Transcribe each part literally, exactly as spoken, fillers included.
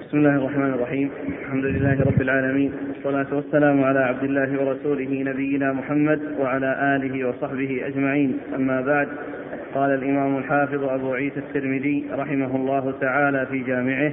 بسم الله الرحمن الرحيم. الحمد لله رب العالمين، والصلاة والسلام على عبد الله ورسوله نبينا محمد وعلى آله وصحبه أجمعين. أما بعد، قال الإمام الحافظ أبو عيسى الترمذي رحمه الله تعالى في جامعه: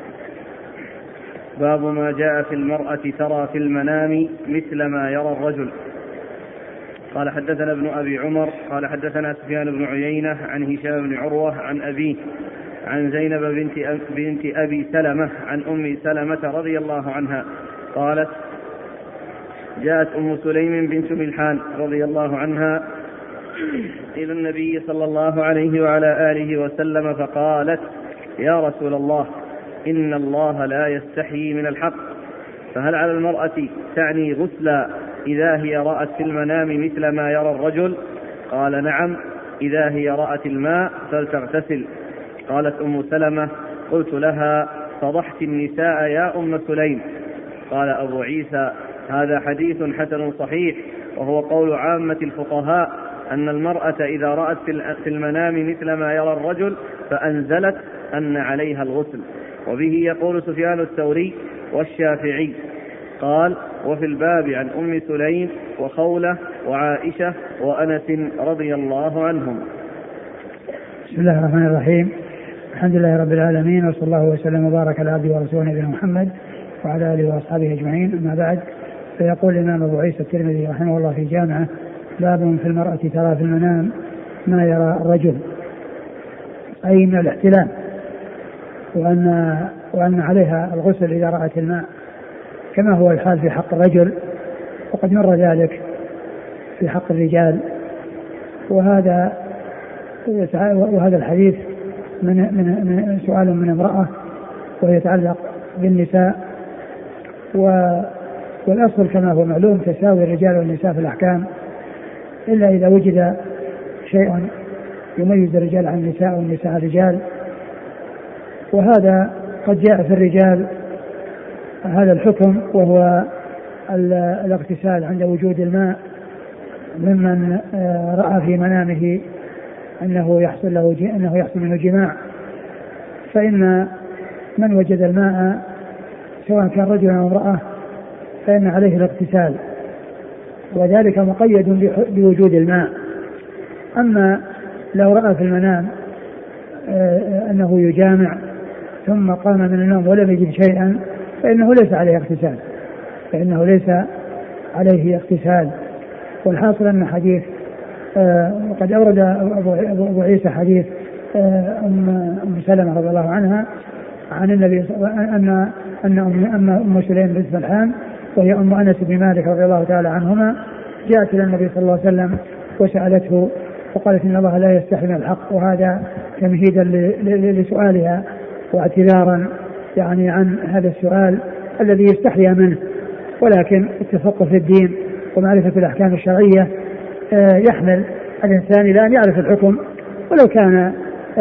باب ما جاء في المرأة ترى في المنام مثل ما يرى الرجل. قال حدثنا ابن أبي عمر قال حدثنا سفيان بن عيينة عن هشام بن عروة عن أبيه عن زينب بنت, أب بنت أبي سلمة عن أم سلمة رضي الله عنها قالت: جاءت أم سليم بنت ملحان رضي الله عنها إلى النبي صلى الله عليه وعلى آله وسلم فقالت: يا رسول الله، إن الله لا يستحيي من الحق، فهل على المرأة تعني غسلا إذا هي رأت في المنام مثل ما يرى الرجل؟ قال: نعم، إذا هي رأت الماء فلتغتسل. قالت أم سلمة: قلت لها: فضحت النساء يا أم سليم. قال أبو عيسى: هذا حديث حسن صحيح، وهو قول عامة الفقهاء أن المرأة إذا رأت في المنام مثل ما يرى الرجل فأنزلت أن عليها الغسل. وبه يقول سفيان الثوري والشافعي. قال: وفي الباب عن أم سليم وخولة وعائشة وأنس رضي الله عنهم. بسم الله الرحمن الرحيم. الحمد لله رب العالمين، وصلى الله وسلم وبارك على عبده ورسوله نبينا محمد وعلى آله وأصحابه أجمعين. أما بعد، فيقول الإمام أبو عيسى الترمذي رحمه الله في جامعه: باب في المرأة ترى في المنام ما يرى الرجل، أي من الاحتلام، وأن, وأن عليها الغسل إذا رأت الماء، كما هو الحال في حق الرجل، وقد مر ذلك في حق الرجال. وهذا وهذا الحديث من, من, من سؤال من امرأة، ويتعلق بالنساء، والأصل كما هو معلوم تساوي الرجال والنساء في الأحكام، إلا إذا وجد شيء يميز الرجال عن النساء والنساء عن الرجال. وهذا قد جاء في الرجال هذا الحكم، وهو الاغتسال عند وجود الماء، ممن رأى في منامه أنه يحصل له أنه يحصل منه جماع، فإن من وجد الماء سواء كان رجلا أو امرأة فإن عليه الاغتسال، وذلك مقيد بوجود الماء. أما لو رأى في المنام أنه يجامع ثم قام من النوم ولم يجد شيئا فإنه ليس عليه اغتسال فإنه ليس عليه اغتسال. والحاصل أن حديث وقد أورد أبو عيسى حديث أم سلمة رضي الله عنها عن النبي أن أن أم أم سليم بنت ملحان وهي أم أنس بن مالك رضي الله تعالى عنهما جاءت إلى النبي صلى الله عليه وسلم وسألته وقالت: إن الله لا يستحي من الحق. وهذا تمهيدا لسؤالها واعتذارا يعني عن هذا السؤال الذي يستحيا منه، ولكن التفقه في الدين ومعرفة الأحكام الشرعية يحمل الإنسان إلى أن يعرف الحكم، ولو كان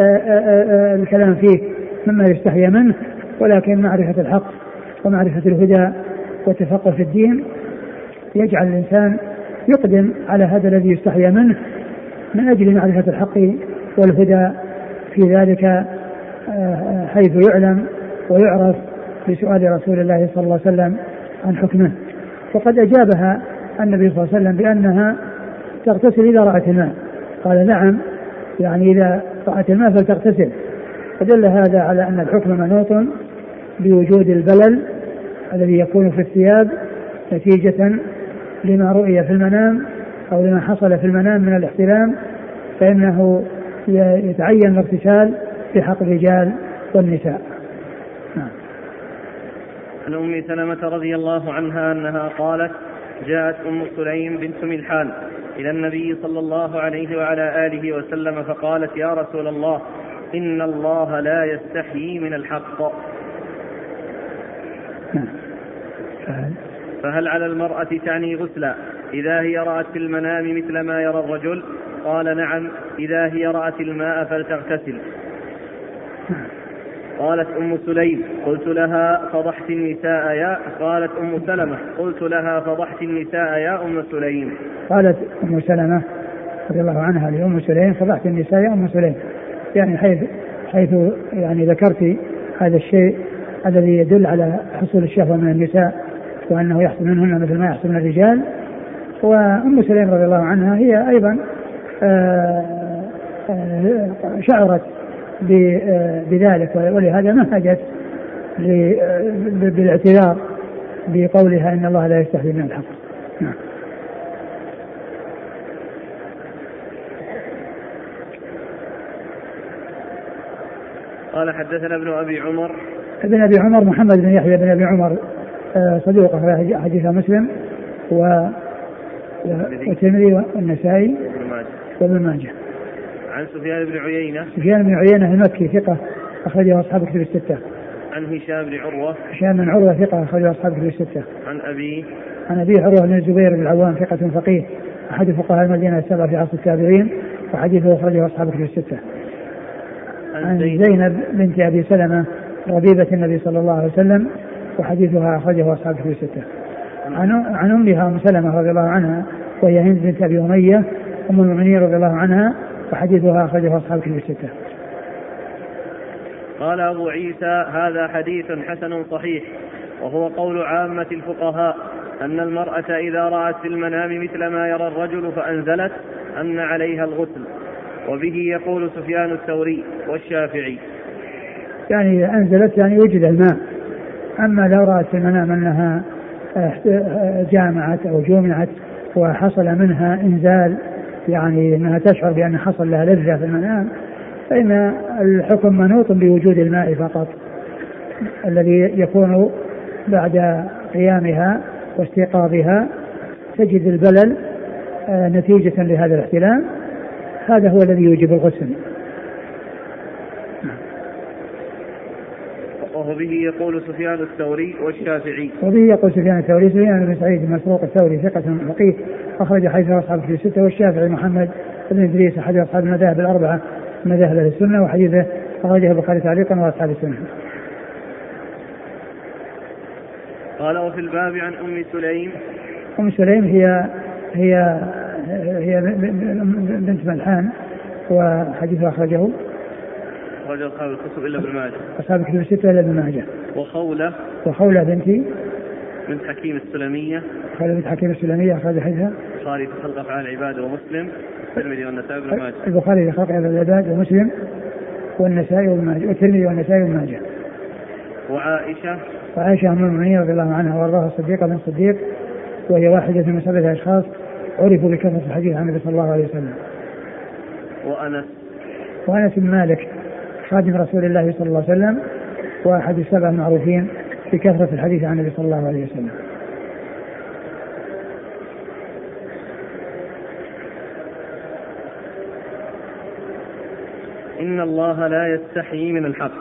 الكلام فيه مما يستحي منه، ولكن معرفة الحق ومعرفة الهدى والتفقه في الدين يجعل الإنسان يقدم على هذا الذي يستحي منه من أجل معرفة الحق والهدى في ذلك، حيث يعلم ويعرف بسؤال رسول الله صلى الله عليه وسلم عن حكمه. وقد أجابها النبي صلى الله عليه وسلم بأنها تغتسل إذا رأت الماء. قال: نعم، يعني إذا رأت الماء فلتغتسل. فدل هذا على أن الحكم منوط بوجود البلل الذي يكون في الثياب نتيجة لما رؤي في المنام أو لما حصل في المنام من الاحتلام، فإنه يتعين الاغتسال في حق الرجال والنساء. نعم. عن أم سلمة رضي الله عنها أنها قالت: جاءت أم سليم بنت ملحان إلى النبي صلى الله عليه وعلى آله وسلم فقالت: يا رسول الله، إن الله لا يستحيي من الحق، فهل على المرأة تعني غسلا إذا هي رأت في المنام مثل ما يرى الرجل؟ قال: نعم، إذا هي رأت الماء فلتغتسل. قالت أم سليم: قلت لها: فضحت النساء يا قالت أم سلمة: قلت لها: فضحت النساء يا أم سليم. قالت أم سلمة رضي الله عنها لأم سليم: فضحت النساء يا أم سليم، يعني حيث حيث يعني ذكرت هذا الشيء الذي يدل على حصول الشهوة من النساء وأنه يحصل منهن مثل ما يحصل من الرجال. وأم سليم رضي الله عنها هي أيضا شعرت بذلك ولهذا نهجت بالاعتذار بقولها إن الله لا يستحي من الحق. نعم. قال حدثنا ابن أبي عمر. ابن أبي عمر محمد بن يحيى بن أبي عمر صدوق حديث مسلم والترمذي والنسائي وابن ماجه. عن سفيان بن عيينة. سفيان بن عيينة المكي ثقة أخرجه أصحاب كتب الستة. عن هشام بن عروة. هشام بن عروة ثقة أخرجه أصحاب كتب الستة. عن أبي. عن أبي عروة بن الزبير بن العوام ثقة فقيه أحد فقهاء المدينة السبعة في عصر التابعين وحديثه أخرجه أصحاب كتب الستة. عن زينب بنت أبي سلمة ربيبة النبي صلى الله عليه وسلم وحديثها أخرجه أصحاب كتب الستة. عن عن أمها أم سلمة رضي الله عنها وهي هند بنت أبي أمية أم المؤمنين رضي الله عنها وحديثها أخرجه أصحاب كتب الستة. قال أبو عيسى هذا حديث حسن صحيح وهو قول عامة الفقهاء أن المرأة إذا رأت في المنام مثل ما يرى الرجل فأنزلت أن عليها الغسل، وبه يقول سفيان الثوري والشافعي. يعني أنزلت يعني وجد الماء. أما لو رأت في المنام أنها جامعت أو جمعت وحصل منها إنزال يعني أنها تشعر بأن حصل لها لذة في المنام فإن الحكم منوط بوجود الماء فقط الذي يكون بعد قيامها واستيقاظها تجد البلل نتيجة لهذا الاحتلام، هذا هو الذي يوجب الغسل. وبه يقول سفيان الثوري والشافعي. وبه يقول سفيان الثوري سفيان بن سعيد المسروق الثوري ثقة فقيه أخرج حديث أصحاب في الستة، والشافعي محمد بن إدريس أحد أصحاب المذاهب الأربعة مذاهب أهل السنة وحديثه أخرجه البخاري تعليقا وأصحاب السنة. قال وفي الباب عن أم سليم. أم سليم هي هي هي بنت ملحان وحديثها أخرجه أخرج أصحاب الكتب إلا ابن ماجه. أصحاب الكتب الستة إلا ابن ماجه. وخولة. وخولة بنتي بنت حكيم السلمية. خولة بنت حكيم السلمية أخرج حديثها البخاري في خلق أفعال العباد ومسلم والترمذي والنسائي وابن ماجه. البخاري في خلق أفعال العباد ومسلم والنسائي وابن ماجه والترمذي والنسائي وابن ماجه. وعائشة. وعائشة أم المؤمنين رضي الله عنها وارضاها الصديقة بنت الصديق وهي واحدة من سبعة أشخاص عرفوا بكثرة الحديث عن النبي صلى الله عليه وسلم. وأنس. وأنس بن مالك خادم رسول الله صلى الله عليه وسلم وأحد السبع المعروفين بكثرة الحديث عن النبي صلى الله عليه وسلم. إن الله لا يستحيي من الحق.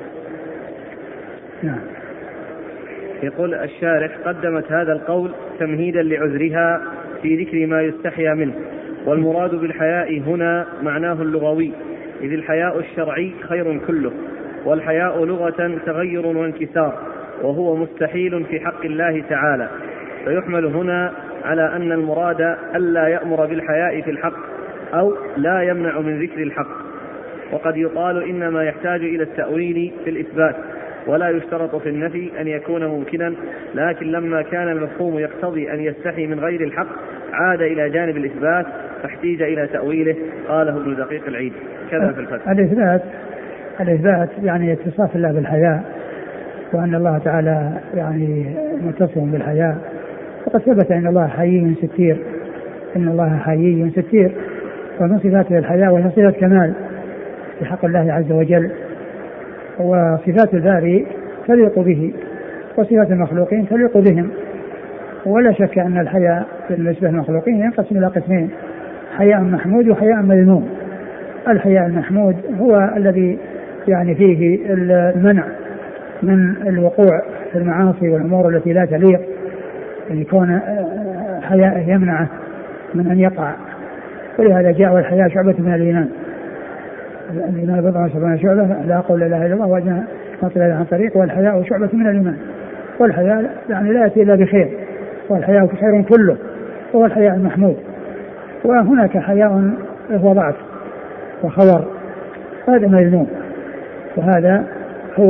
نعم. يقول الشارح قدمت هذا القول تمهيدا لعذرها في ذكر ما يستحيا منه، والمراد بالحياء هنا معناه اللغوي، إذ الحياء الشرعي خير كله، والحياء لغة تغير وانكسار، وهو مستحيل في حق الله تعالى، فيحمل هنا على أن المراد ألا يأمر بالحياء في الحق أو لا يمنع من ذكر الحق. وقد يقال إنما يحتاج إلى التأويل في الإثبات ولا يشترط في النفي أن يكون ممكنا، لكن لما كان المفهوم يقتضي أن يستحي من غير الحق عاد إلى جانب الإثبات فاحتيج إلى تأويله، قاله ابن دقيق العيد كذا في الفتح. الإثبات الإثبات يعني اتصاف الله بالحياء وأن الله تعالى يعني متصف بالحياء، وقد ثبت أن الله حيي ستير، إن الله حيي ستير، ومن صفاته الحياء وهي صفة كمال في حق الله عز وجل، وصفات الباري تليق به وصفات المخلوقين تليق بهم. ولا شك أن الحياء بالنسبة للمخلوقين ينقسم إلى قسمين، حياء محمود وحياء مذموم. الحياء المحمود هو الذي يعني فيه المنع من الوقوع في المعاصي والأمور التي لا تليق، يعني كون حياء يمنعه من أن يقع، ولهذا جاء والحياء شعبة من الإيمان، الإيمان بضع وسبعين شعبة، لا قول لا إله إلا الله وأجنى نطلع عن طريق، والحياء شعبة من الإيمان. والحياء يعني لا يأتي إلا بخير، والحياء خير كله، هو الحياء المحمود. وهناك حياء هو ضعف وخور، هذا مذموم، وهذا هو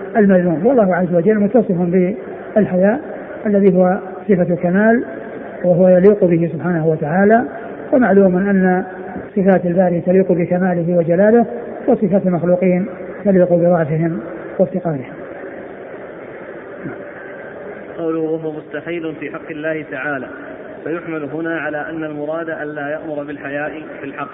المذموم. والله عز وجل متصف بالحياء الذي هو صفة كمال وهو يليق به سبحانه وتعالى، ومعلوم أن صفات الباري تليق بكماله وجلاله، وصفات المخلوقين تليق بضعفهم وافتقارهم. قوله وهو مستحيل في حق الله تعالى، فيحمل هنا على أن المراد ألا يأمر بالحياء في الحق.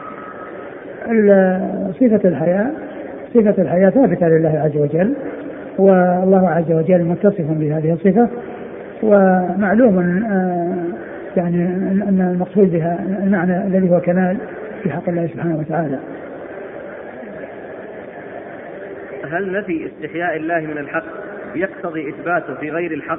صفة الحياء صفة الحياء ثابتة لله عز وجل، والله عز وجل متصف بهذه الصفة، ومعلوم يعني أن المقصود بها المعنى الذي هو كمال في حق الله سبحانه وتعالى. هل نفي استحياء الله من الحق يقتضي إثباته في غير الحق؟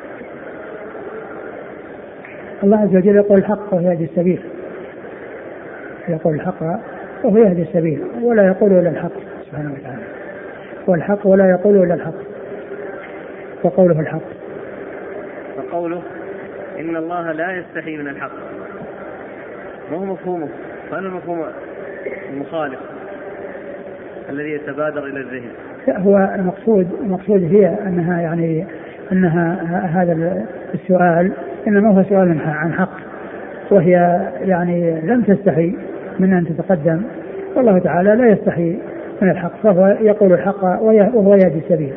الله عز وجل يقول الحق وهو يهدي السبيل، يقول الحق وهو يهدي السبيل، ولا يقول إلا الحق سبحانه وتعالى، والحق ولا يقول إلا الحق، وقوله الحق. فقوله إن الله لا يستحي من الحق ما هو مفهومه؟ فأنا المفهوم المخالف الذي يتبادر إلى الذهن. هو المقصود المقصود هي أنها يعني أنها هذا السؤال إنما هو سؤال عن حق، وهي يعني لم تستحي من أن تتقدم، والله تعالى لا يستحي من الحق، فهو يقول الحق وهو يهدي السبيل.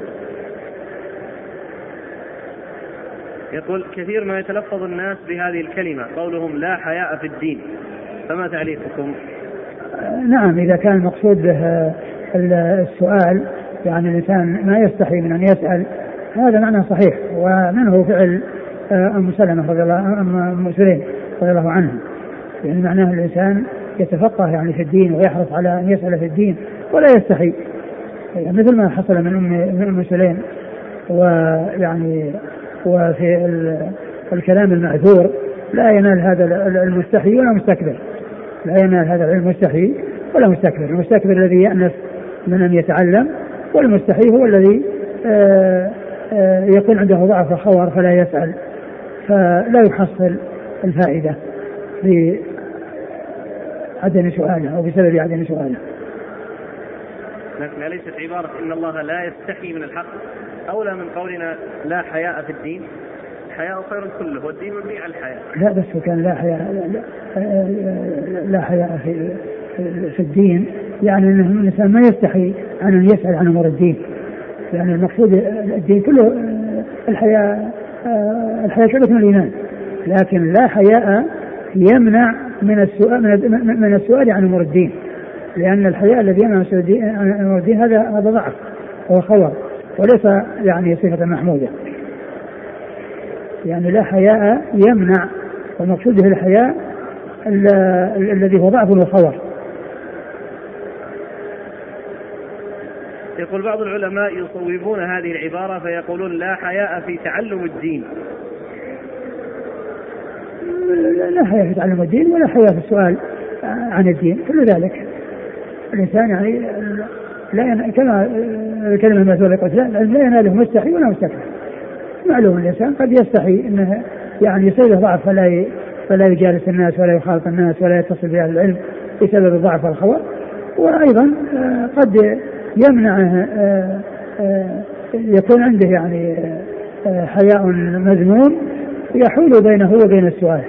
يقول كثير ما يتلفظ الناس بهذه الكلمة قولهم لا حياء في الدين، فما تعليقكم؟ نعم، إذا كان المقصود به السؤال يعني الإنسان ما يستحي من أن يسأل، هذا معنى صحيح، ومنه فعل أم سلمة رضي الله أم سليم رضي الله عنه، يعني معناه الإنسان يتفقه يعني في الدين ويحرص على أن يسأل في الدين ولا يستحي، يعني مثل ما حصل من أم من أم سليم. ويعني وفي الكلام المعذور لا ينال هذا المستحي ولا مستكبر، لا ينال هذا المستحي ولا مستكبر. المستكبر الذي يأنف من أن يتعلم، والمستحي هو الذي آآ آآ يكون عنده ضعف وخور فلا يسأل، فلا يحصل الفائدة بعدم سؤاله أو بسبب عدم سؤاله. لكن أليست عبارة إن الله لا يستحي من الحق أولى من قولنا لا حياء في الدين؟ الحياء خير كله، والدين مبني على الحياء. لا بس كان لا حياء لا, لا حياء في في الدين، يعني أن الإنسان ما يستحي عن أن يسأل عن أمور الدين، يعني المقصود الدين كله الحياء الحياء شعبة من الإيمان، لكن لا حياء يمنع من السؤال من السؤال عن أمور الدين، لأن الحياء الذي يمنع عن أمور الدين هذا هذا ضعف وهو خور، وليس يعني صفة محمودة. يعني لا حياء يمنع، والمقصود به الحياء الذي هو ضعف وخور. يقول بعض العلماء يصوبون هذه العبارة فيقولون لا حياء في تعلم الدين. لا حياء في تعلم الدين ولا حياء في السؤال عن الدين، كل ذلك الإنسان يعني لا ين... كما الكلمة المثولة قلت لا يناله مستحي ولا مستكبر. معلوم الإنسان قد يستحي أنه يعني يصير ضعف فلا ي... فلا يجالس الناس ولا يخالط الناس ولا يتصل بأهل العلم بسبب الضعف والخور، وأيضا قد يمنعه يكون عنده يعني حياء مذموم يحول بينه وبين السؤال.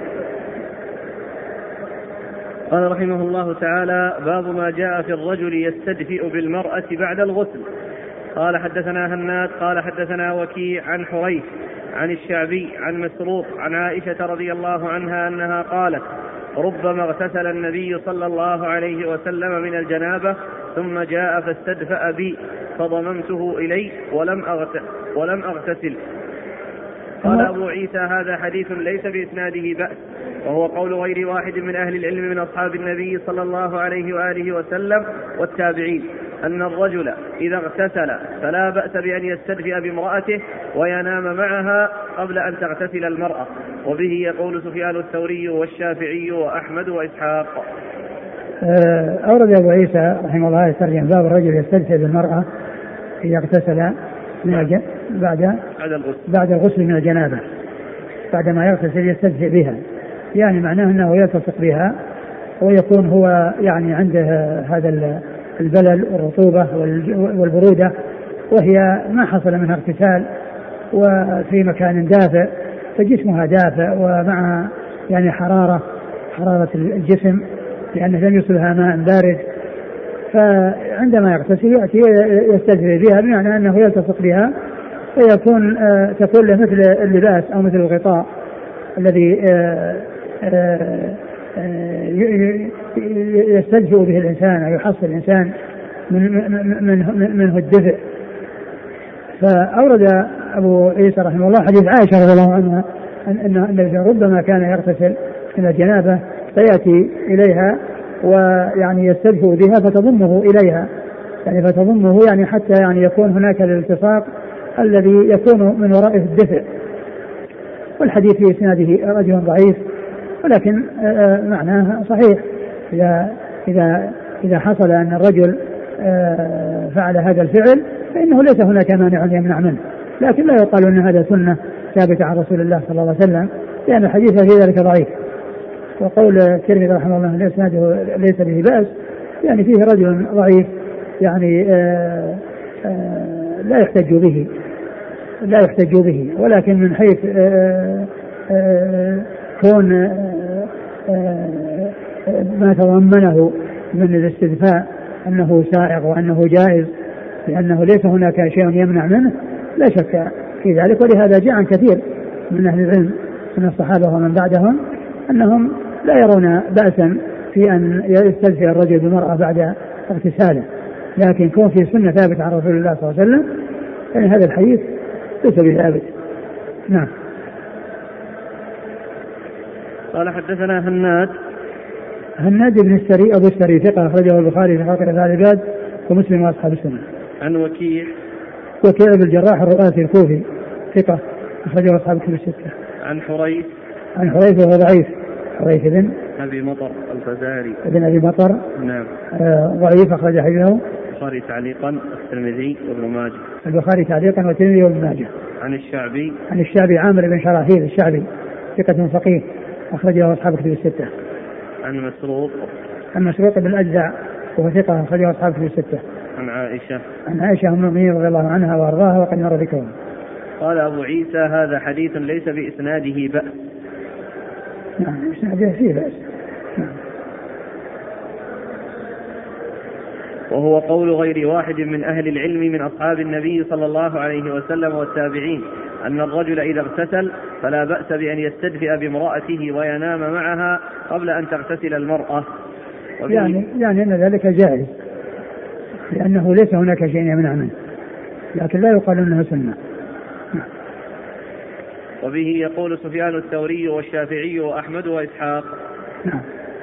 قال رحمه الله تعالى باب ما جاء في الرجل يستدفئ بالمرأة بعد الغسل. قال حدثنا هناد قال حدثنا وكيع عن حريث عن الشعبي عن مسروق عن عائشة رضي الله عنها أنها قالت ربما اغتسل النبي صلى الله عليه وسلم من الجنابة ثم جاء فاستدفأ بي فضممته إليه ولم ولم أغتسل. قال أبو عيسى هذا حديث ليس بإسناده بأس، وهو قول غير واحد من أهل العلم من أصحاب النبي صلى الله عليه وآله وسلم والتابعين أن الرجل إذا اغتسل فلا بأس بأن يستدفئ بامرأته وينام معها قبل أن تغتسل المرأة، وبه يقول سفيان الثوري والشافعي وأحمد وإسحاق. أورد أبو عيسى رحمه الله يترجم باب الرجل يستدفئ بالمرأة إذا اغتسل من الج... بعد بعد الغسل من الجنابة، بعدما يغتسل يستدفئ بها، يعني معناه أنه يلتصق بها ويكون هو يعني عنده هذا البلل والرطوبة والبرودة وهي ما حصل منها اغتسال وفي مكان دافئ فجسمها دافئ ومع يعني حرارة حرارة الجسم لأنه لم يصلها ماء بارد، فعندما يغتسل يأتي يستجري بها بمعنى أنه يلتصق بها فيكون آه تكون له مثل اللباس أو مثل الغطاء الذي آه آه آه يستجزئ به الإنسان أو يحصل الإنسان من من منه الدفء. فأورد أبو عيسى رحمه الله حديث عائشة رضي الله عنها أن النبي ربما كان يغتسل من الجنابة فيأتي إليها ويعني يستدفئ بها فتضمه إليها يعني فتضمه يعني حتى يعني يكون هناك الالتصاق الذي يكون من وراء الدفء. والحديث في إسناده رجل ضعيف ولكن معناه صحيح. إذا إذا إذا حصل أن الرجل فعل هذا الفعل فإنه ليس هناك مانع يمنع منه، لكن لا يقال أن هذا سنة ثابتة عن رسول الله صلى الله عليه وسلم لأن الحديث في ذلك ضعيف. وقول الترمذي رحمه الله أن إسناده ليس به بأس يعني فيه رجل ضعيف يعني آآ آآ لا يحتج به لا يحتج به ولكن من حيث آآ آآ كون آآ ما تضمنه من الاستدفاء أنه سائغ وأنه جائز لأنه ليس هناك شيء يمنع منه لا شك في ذلك. ولهذا جاء عن كثير من أهل العلم من الصحابة ومن بعدهم أنهم لا يرون بأسا في أن يستدفئ الرجل بالمرأة بعد اغتساله، لكن كون في سنة ثابتة عن رسول الله صلى الله عليه وسلم يعني هذا الحديث ليس بثابت. نعم. قال حدثنا هناد هناد بن السري أبو السري ثقة أخرجه البخاري في خلق الأفعال العباد ومسلم وأصحاب السنة. عن وكيع وكيع بن الجراح الرؤاسي الكوفي ثقة أخرجه أصحاب الكتب الستة. عن حريث عن حريث وهو ضعيف حريث بن أبي مطر الفزاري ابن أبي مطر نعم آه ضعيف أخرج حديثه البخاري تعليقا الترمذي وابن ماجه البخاري تعليقا والترمذي وابن ماجه. عن الشعبي عن الشعبي عامر بن شراحيل الشعبي ثقة فقيه أخرجه أصحاب الكتب الستة. عن مسروق عن مسروق بن الأجزع وهو ثقة أخرجه أصحاب الكتب الستة. عن عائشة عن عائشة أم المؤمنين رضي الله عنها وأرضاها وقد مر ذكرها. قال أبو عيسى هذا حديث ليس بإسناده بأس. نعم إسناده فيه بأس. نعم. وهو قول غير واحد من أهل العلم من أصحاب النبي صلى الله عليه وسلم والتابعين أن الرجل إذا اغتسل فلا بأس بأن يستدفئ بامرأته وينام معها قبل أن تغتسل المرأة. يعني يعني أن ذلك جائز لأنه ليس هناك شيء يمنع منه، لكن لا يقال أنه سنة. وبه يقول سفيان الثوري والشافعي وأحمد وإسحاق. نعم.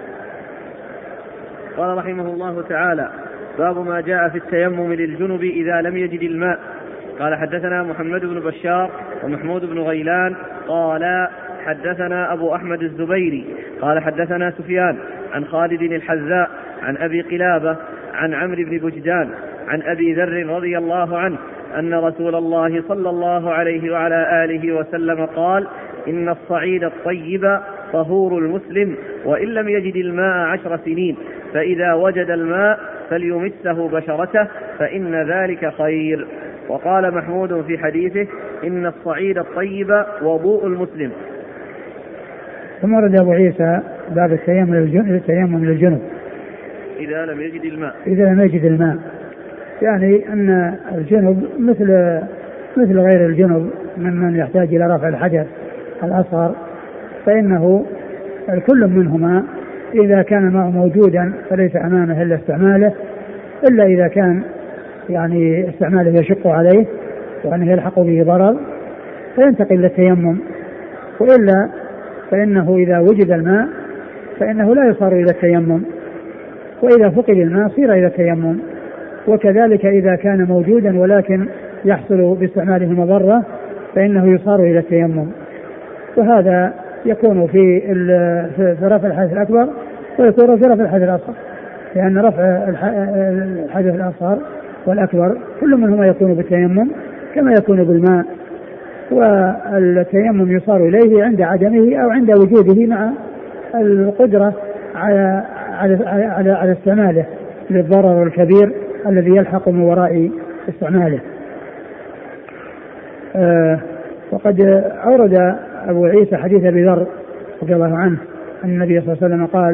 قال رحمه الله تعالى: باب ما جاء في التيمم للجنب إذا لم يجد الماء. قال حدثنا محمد بن بشار ومحمود بن غيلان قال حدثنا أبو أحمد الزبيري قال حدثنا سفيان عن خالد الحذاء عن أبي قلابة عن عمرو بن بجدان عن أبي ذر رضي الله عنه أن رسول الله صلى الله عليه وعلى آله وسلم قال: إن الصعيد الطيب طهور المسلم وإن لم يجد الماء عشر سنين، فإذا وجد الماء فليمسه بشرته فإن ذلك خير. وقال محمود في حديثه: إن الصعيد الطيب وضوء المسلم. ثم رد أبو عيسى باب التيمم للجنب إذا لم يجد الماء إذا لم يجد الماء يعني أن الجنب مثل مثل غير الجنب ممن يحتاج إلى رفع الحدث الأصغر، فإنه الكل منهما إذا كان الماء موجودا فليس أمامه إلا استعماله، إلا إذا كان يعني استعماله يشق عليه وأنه يلحق به ضرر فينتقل للتيمم، وإلا فإنه إذا وجد الماء فإنه لا يصار إلى التيمم، وإذا فقد الماء صير إلى التيمم. وكذلك إذا كان موجودا ولكن يحصل باستعماله مضرة فإنه يصار إلى التيمم. وهذا يكون في في رفع الحدث الأكبر ويكون في رفع الحدث الأصغر، لأن رفع الحدث الأصغر والأكبر كل منهما يكون بالتيمم كما يكون بالماء، والتيمم يصار إليه عند عدمه أو عند وجوده مع القدرة على على على, على استعماله للضرر الكبير الذي يلحق من وراء استعماله. آه وقد أورد أبو عيسى حديث أبي ذر رضي الله عنه أن النبي صلى الله عليه وسلم قال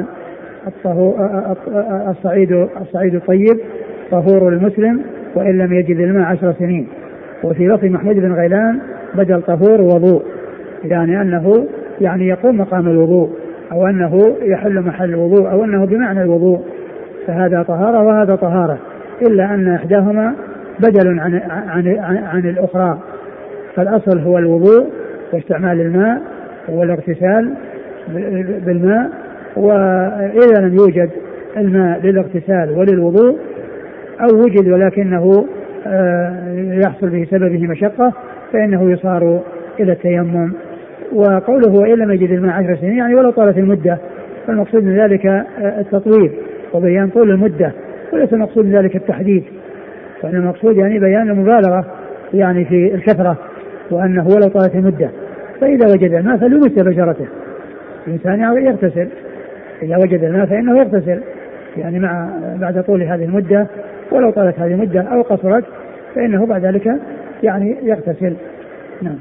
الصعيد الصعيد الطيب طهور المسلم وإن لم يجد الماء عشر سنين. وفي لفظ محمود بن غيلان بدل طهور وضوء، يعني أنه يعني يقوم مقام الوضوء أو أنه يحل محل الوضوء أو أنه بمعنى الوضوء، فهذا طهارة وهذا طهارة، إلا أن إحداهما بدل عن, عن, عن, عن الأخرى. فالأصل هو الوضوء واستعمال الماء والاغتسال بالماء، وإذا لم يوجد الماء للاغتسال وللوضوء أو وجد ولكنه يحصل به سببه مشقة فإنه يصار إلى التيمم. وقوله وإن لم يجد الماء عشر سنين يعني ولو طالت المدة، فالمقصود من ذلك التطويل وبيان طول المدة، وليس المقصود من ذلك التحديد، فإن المقصود يعني بيان المبالغة يعني في الكثرة، وأنه ولو طالت المدة. فإذا وجد الماء فليمس بشرته، الإنسان يغتسل، إذا وجد الماء فإنه يغتسل يعني مع بعد طول هذه المدة، ولو طالت هذه المدة أو قصرت فإنه بعد ذلك يعني يغتسل. نعم.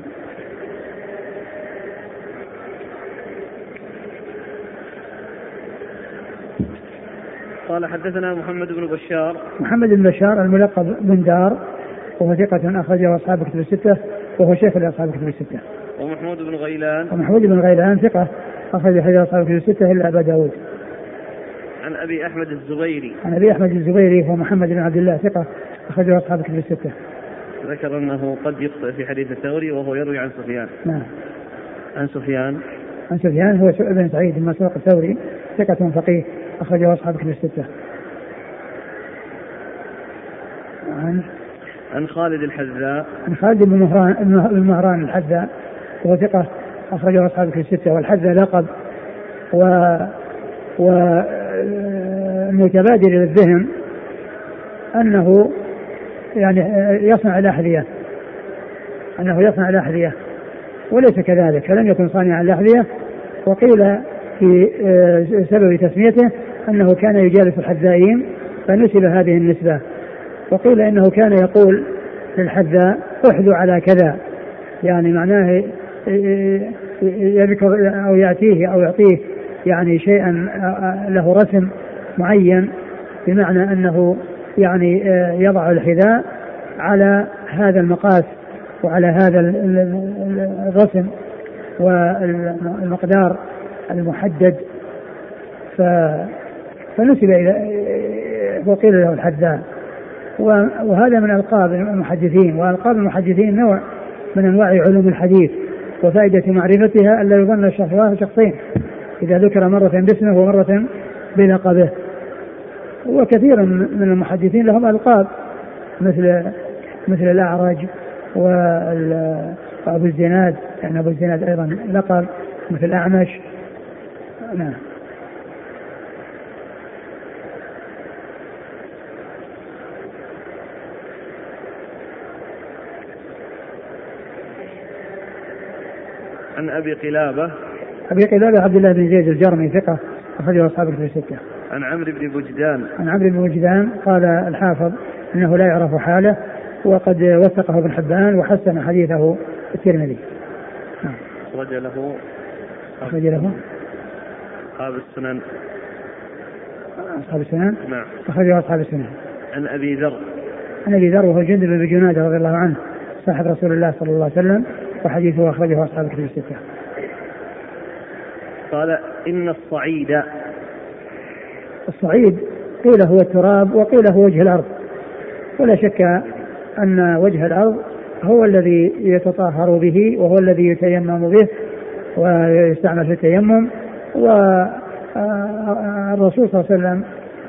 قال حدثنا محمد بن بشار. محمد بن بشار الملقب بن دار، وهو ثقة أخرجه أصحاب كتب الستة، وهو شيخ لأصحاب كتب الستة. ومحمود بن غيلان. ومحمود بن غيلان ثقة أخرج حديث أصحاب كتب الستة إلا أبا داود. عن أبي أحمد الزبيري. عن أبي أحمد الزبيري هو محمد بن عبد الله ثقة أخرجه أصحاب كتب الستة. ذكر أنه قد يخطئ في حديث الثوري وهو يروي عن سفيان. نعم. عن سفيان. عن سفيان هو بن سعيد بن مسروق الثوري ثقة فقيه أخرجه أصحاب كتب الستة. عن عن خالد الحذاء. عن خالد بن مهران بن مهران الحذاء وهو ثقة أخرجه أصحاب كتب الستة. والحذاء لقب و والمتبادر إلى الذهن أنه يعني يصنع الأحذية، أنه يصنع الأحذية وليس كذلك، فلم يكن صانعا الأحذية. وقيل في سبب تسميته أنه كان يجالس الحذائين فنسب هذه النسبة. وقيل إنه كان يقول للحذاء احذو على كذا، يعني معناه يذكر أو يأتيه أو يعطيه يعني شيئا له رسم معين، بمعنى أنه يعني يضع الحذاء على هذا المقاس وعلى هذا الرسم والمقدار المحدد، فنسب إلى وقيل له الحذاء. وهذا من ألقاب المحدثين، وألقاب المحدثين نوع من أنواع علوم الحديث، وفائدة معرفتها ألا يظن الشخص شخصين إذا ذكر مرة باسمه ومرة بلقبه. وكثير من المحدثين لهم ألقاب مثل مثل الأعرج وأبو الزناد، يعني أبو الزناد أيضا لقب، مثل الأعمش. نعم. عن أبي قلابة. أبي قلابة عبد الله بن زيد الجرمي ثقة أخرجه أصحاب الكتب الستة. عن عمرو بن بوجدان. عن عمرو بن بوجدان قال الحافظ إنه لا يعرف حاله، وقد وثقه ابن حبان وحسن حديثه الترمذي. أخرج له أخرج له أصحاب السنن. أصحاب السنن. نعم. أخرجه أصحاب السنن. عن أبي ذر. عن أبي ذر وهو جندب بن جنادة رضي الله عنه صاحب رسول الله صلى الله عليه وسلم، وحديثه أخرجه أصحاب الكتب الستة. قال إن الصعيد. الصعيد قيل هو التراب وقيل هو وجه الأرض، ولا شك أن وجه الأرض هو الذي يتطهر به وهو الذي يتيمم به ويستعمل في التيمم. والرسول صلى الله عليه وسلم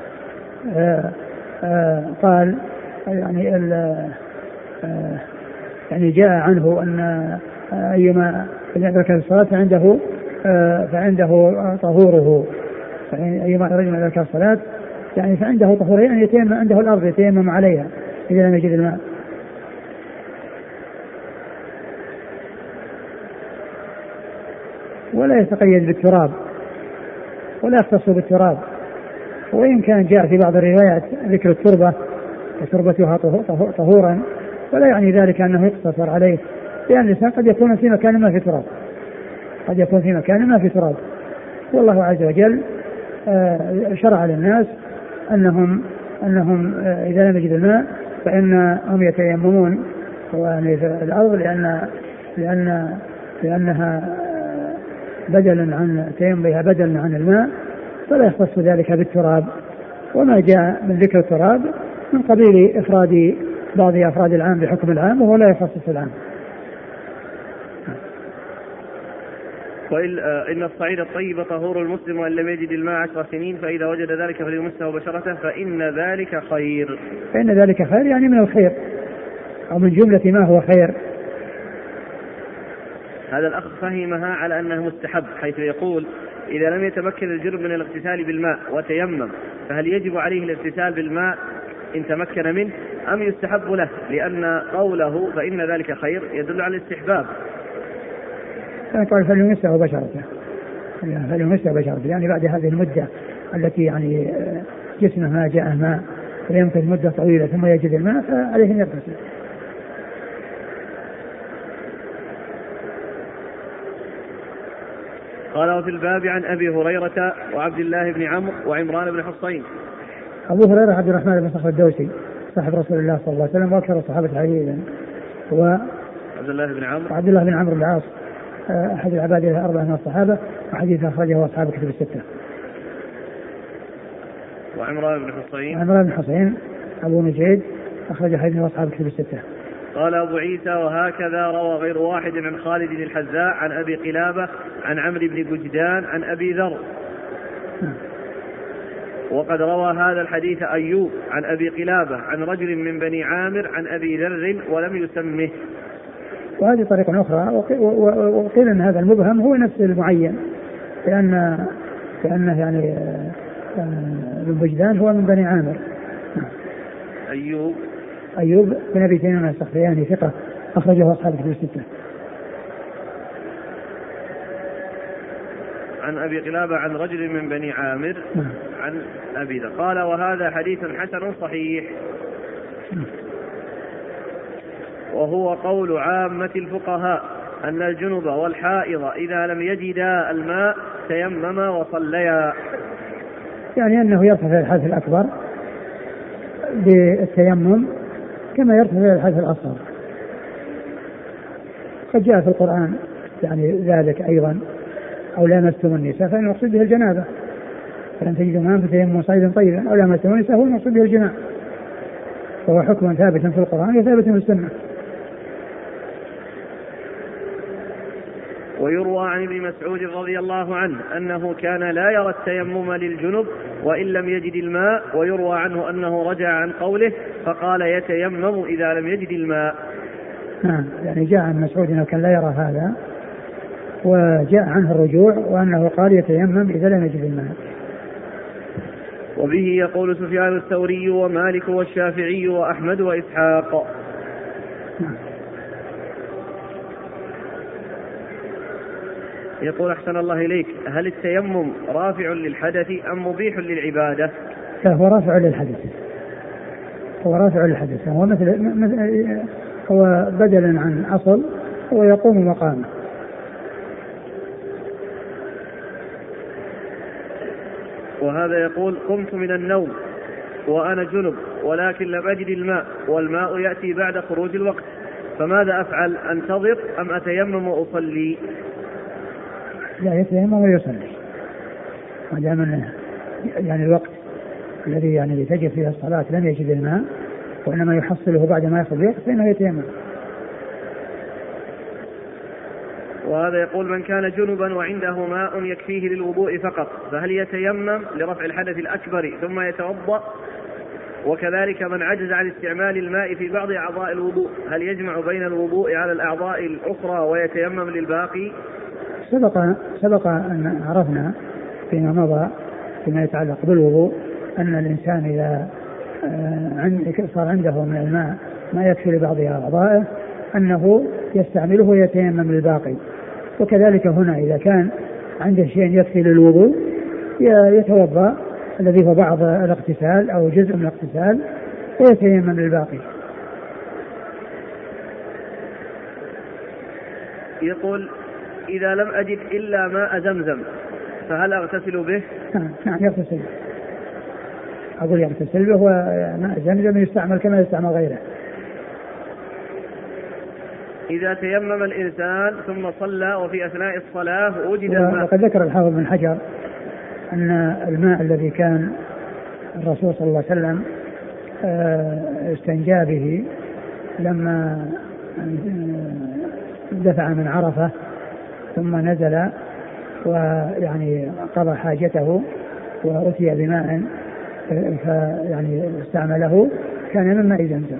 قال يعني يعني جاء عنه أن أيما ذكر الصلاة فعنده فعنده طهوره، أيما رجل ذكر الصلاة يعني فعنده طهوره، يعني يتيمم عنده الأرض يتيمم عليها إذا لم يجد الماء. ولا يتقيد بالتراب ولا يختص بالتراب، وإن كان جاء في بعض الروايات ذكر التربة وتربتها طهورا، ولا يعني ذلك أنه يقتصر عليه لأن الإنسان قد يكون في مكان ما في تراب، قد يكون في مكان ما في تراب. والله عز وجل شرع للناس أنهم أنهم إذا لم يجدوا الماء فإنهم يتيممون في الأرض، لأن لأن لأنها بدلا عن تيممها بدلا عن الماء، فلا يختص ذلك بالتراب. وما جاء من ذكر التراب من قبيل إفراد بعض أفراد العام بحكم العام، وهو لا يخصص العام. وإن الصعيد الطيب طهور المسلم وإن لم يجد الماء عشر سنين فإذا وجد ذلك فليمسه بشرته فإن ذلك خير. فإن ذلك خير يعني من الخير أو من جملة ما هو خير. هذا الأخ فهمها على أنه مستحب، حيث يقول إذا لم يتمكن الجنب من الاغتسال بالماء وتيمم فهل يجب عليه الاغتسال بالماء إن تمكن منه أم يستحب له؟ لأن قوله فإن ذلك خير يدل على الاستحباب. قال فليمسه بشرته، فليمسه بشرته يعني بعد هذه المدة التي يعني جسمه ما جاء ماء ويمكن مدة طويلة ثم يجد الماء فعليه أن يغتسل. قال وفي الباب عن أبي هريرة وعبد الله بن عمرو وعمران بن حصين. أبو هريرة عبد الرحمن بن صخر الدوسي صاحب رسول الله صلى الله عليه وسلم وأكثر الصحابة حديثا، وعبد الله بن عمرو وعبد الله بن عمرو بن العاص أحد العباد الأربعة من الصحابة وحديث أخرجه أصحاب كتب الستة. وعمران بن حصين عمران بن حصين أبو نجيد أخرج حديثه أصحاب كتب الستة. قال أبو عيسى وهكذا روى غير واحد عن خالد الحذاء عن أبي قلابة عن عمرو بن جدجان عن أبي ذر. وقد روى هذا الحديث أيوب عن أبي قلابة عن رجل من بني عامر عن أبي ذر ولم يسمه. وهذه طريقة أخرى، وقيل أن هذا المبهم هو نفس المعين، لأن لأنه يعني ابن بجدان هو من بني عامر. أيوب أيوب بن أبي تميم السختياني ثقة أخرجه أصحاب الكتب الستة. عن أبي قلابة عن رجل من بني عامر عن أبي ذر. قال وهذا حديث حسن صحيح، وهو قول عامة الفقهاء أن الجنب والحائض إذا لم يجدا الماء تيمما وصليا، يعني أنه يرتفع الحدث الأكبر بالتيمم كما يرتفع الحدث الأصغر. قد جاء في القرآن يعني ذلك أيضا أو لامستم النساء فإن المقصود به الجنابة، فلن تجدوا ماء فتيمموا صعيدا طيبا، أو لامستم النساء هو المقصود به الجنابة، فهو حكم ثابت في القرآن وثابت في السنة. ويروى عن ابن مسعود رضي الله عنه أنه كان لا يرى التيمم للجنب وإن لم يجد الماء، ويروى عنه أنه رجع عن قوله فقال يتيمم إذا لم يجد الماء. نعم، يعني جاء عن مسعود أنه كان لا يرى هذا، وجاء عنه الرجوع وأنه قال يتيمم إذا لم يجد الماء. وبه يقول سفيان الثوري ومالك والشافعي وأحمد وإسحاق. نعم. يقول أحسن الله إليك، هل التيمم رافع للحدث أم مبيح للعبادة؟ فهو رافع للحدث، هو رافع للحدث، هو مثل هو بدلا عن أصل هو يقوم مقامه. وهذا يقول قمت من النوم وأنا جنب ولكن لم أجد الماء والماء يأتي بعد خروج الوقت، فماذا أفعل؟ أنتظر أم أتيمم وأصلي؟ لا، يتيمم ويصلي ما دام يعني الوقت الذي يعني تجب فيه الصلاة لم يجد الماء وإنما يحصله بعد ما يخرج الوقت فإنه يتيمم. وهذا يقول من كان جنبا وعنده ماء يكفيه للوضوء فقط فهل يتيمم لرفع الحدث الأكبر ثم يتوضأ؟ وكذلك من عجز عن استعمال الماء في بعض أعضاء الوضوء هل يجمع بين الوضوء على الأعضاء الأخرى ويتيمم للباقي؟ سبق سبق أن عرفنا فيما مضى فيما يتعلق بالوضوء أن الإنسان إذا صار عنده من الماء ما يكفي لبعض أعضائه أنه يستعمله ويتيمم للباقي. وكذلك هنا إذا كان عنده شيء يكفي للوضوء يتوضأ الذي هو بعض الاغتسال أو جزء من الاغتسال ويتيمم للباقي. يقول إذا لم أجد إلا ماء زمزم فهل أغتسل به؟ نعم يغتسل، أقول يغتسل به، وماء زمزم يستعمل كما يستعمل غيره. إذا تيمم الإنسان ثم صلى وفي أثناء الصلاة وجد الماء. وقد ذكر الحافظ بن حجر أن الماء الذي كان الرسول صلى الله عليه وسلم استنجى به لما دفع من عرفة ثم نزل ويعني قضى حاجته وأتي بماء فيعني استعمله كان من ماء زمزم.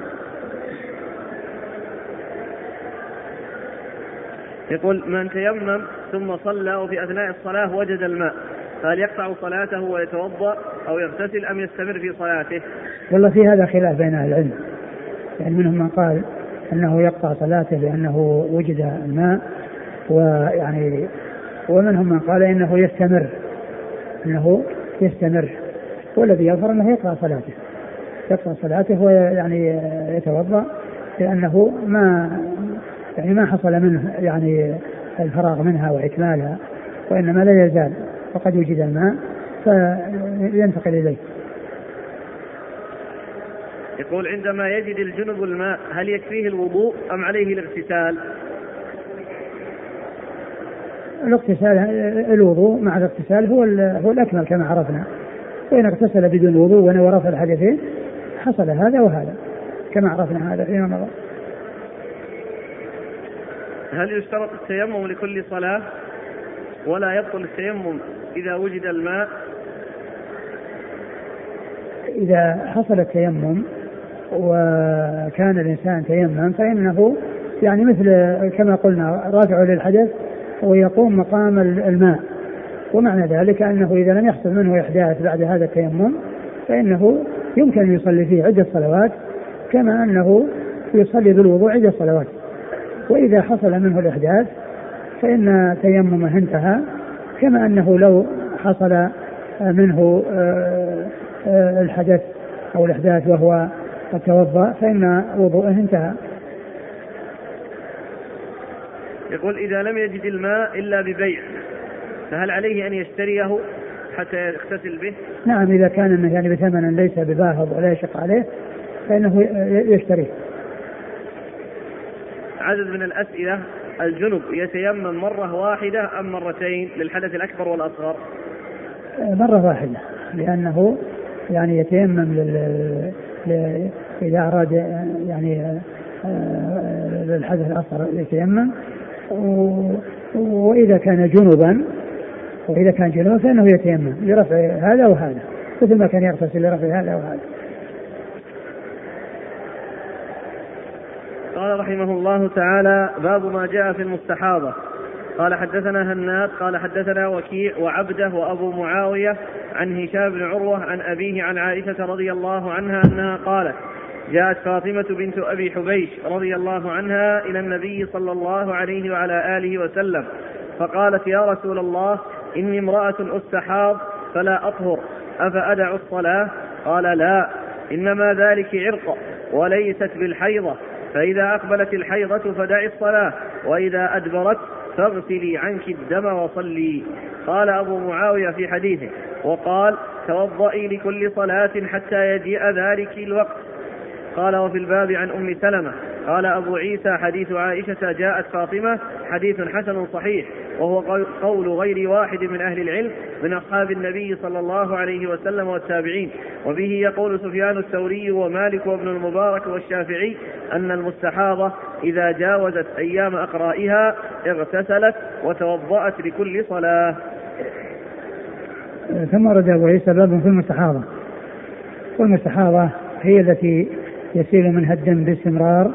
يقول من تيمم ثم صلى وفي أثناء الصلاة وجد الماء فهل يقطع صلاته ويتوضأ أو يغتسل أم يستمر في صلاته؟ والله في هذا خلاف بين أهل العلم، يعني منهم من قال أنه يقطع صلاته لأنه وجد الماء، ويعني ومنهم من قال إنه يستمر إنه يستمر والذي يظهر أنه يقطع صلاته يقطع صلاته ويعني يتوضأ لأنه ما يعني ما حصل منه يعني الفراغ منها وإكمالها، وإنما لا يزال وقد يوجد الماء فينتقل إليه. يقول عندما يجد الجنب الماء هل يكفيه الوضوء أم عليه الاغتسال؟ الاغتسال الوضوء مع الاغتسال هو هو الأكمل كما عرفنا، وإن اغتسل بدون وضوء ونوى رفع الحدثين حصل هذا وهذا كما عرفنا هذا فيما مضى. هل يشترط التيمم لكل صلاة ولا يبطل التيمم إذا وجد الماء؟ إذا حصل التيمم وكان الإنسان تيمم فإنه يعني مثل كما قلنا رافع للحدث ويقوم مقام الماء، ومعنى ذلك أنه إذا لم يحصل منه إحداث بعد هذا التيمم فإنه يمكن أن يصلي فيه عدة صلوات كما أنه يصلي بالوضوء عدة صلوات. وإذا حصل منه الإحداث فإن تيممه انتهى كما أنه لو حصل منه الحدث أو الإحداث وهو قد توضأ فإن وضوءه انتهى. يقول إذا لم يجد الماء إلا ببيع فهل عليه أن يشتريه حتى يغتسل به؟ نعم إذا كان يعني بثمن ليس بباهظ ولا يشق عليه فإنه يشتريه. عدد من الأسئلة: الجنب يتيمم مرة واحدة أم مرتين للحدث الأكبر والأصغر؟ مرة واحدة لأنه يعني يتيمم لل... ل... إذا أراد يعني للحدث الأصغر يتيمم، و... وإذا كان جنبا وإذا كان جنوبا فإنه يتيمم لرفع هذا وهذا مثل ما كان يغتسل لرفع هذا وهذا. قال رحمه الله تعالى: باب ما جاء في المستحاضة. قال حدثنا هناد قال حدثنا وكيع وعبده وأبو معاوية عن هشام بن عروة عن أبيه عن عائشة رضي الله عنها أنها قالت: جاءت فاطمة بنت أبي حبيش رضي الله عنها إلى النبي صلى الله عليه وعلى آله وسلم فقالت: يا رسول الله، إني امرأة أستحاض فلا أطهر، أفأدع الصلاة؟ قال: لا، إنما ذلك عرق وليست بالحيضة، فإذا أقبلت الحيضة فدعي الصلاة، وإذا أدبرت فاغسلي عنك الدم وصلي. قال أبو معاوية في حديثه: وقال: توضئي لكل صلاة حتى يجيء ذلك الوقت. قال: وفي الباب عن أم سلمة. قال أبو عيسى: حديث عائشة جاءت فاطمة حديث حسن صحيح، وهو قول غير واحد من أهل العلم من أصحاب النبي صلى الله عليه وسلم والتابعين، وبه يقول سفيان الثوري ومالك وابن المبارك والشافعي أن المستحاضة إذا جاوزت أيام أقرائها اغتسلت وتوضأت لكل صلاة. ثم رد أبو عيسى باب في المستحاضة. والمستحاضة هي التي يسيل منها الدم باستمرار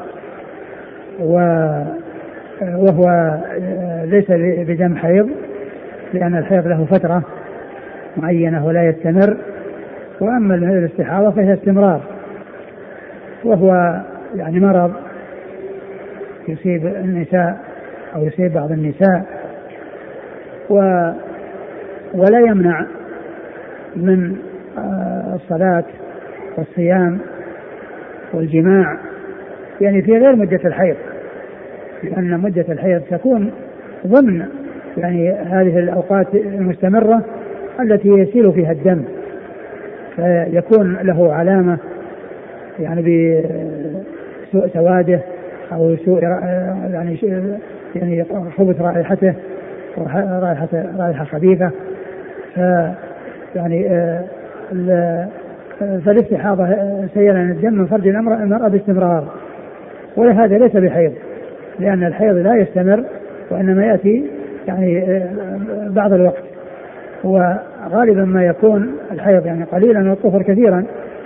وهو ليس بدم حيض، لأن الحيض له فترة معينة ولا يستمر، وأما الاستحاضة فهي استمرار، وهو يعني مرض يصيب النساء أو يصيب بعض النساء و ولا يمنع من الصلاة والصيام والجماع يعني في غير مدة الحيض، لأن مدة الحيض تكون ضمن يعني هذه الأوقات المستمرة التي يسيل فيها الدم، فيكون له علامة يعني بسوء سواده أو سوء يعني يعني خبث رائحته رائحة رائحة خبيثة. ف يعني فالاستحاضة سيلان الدم من فرج المرأة باستمرار، ولهذا ليس بحيض، لأن الحيض لا يستمر وإنما يأتي يعني بعض الوقت، وغالبا ما يكون الحيض يعني قليلا والطهر كثيرا.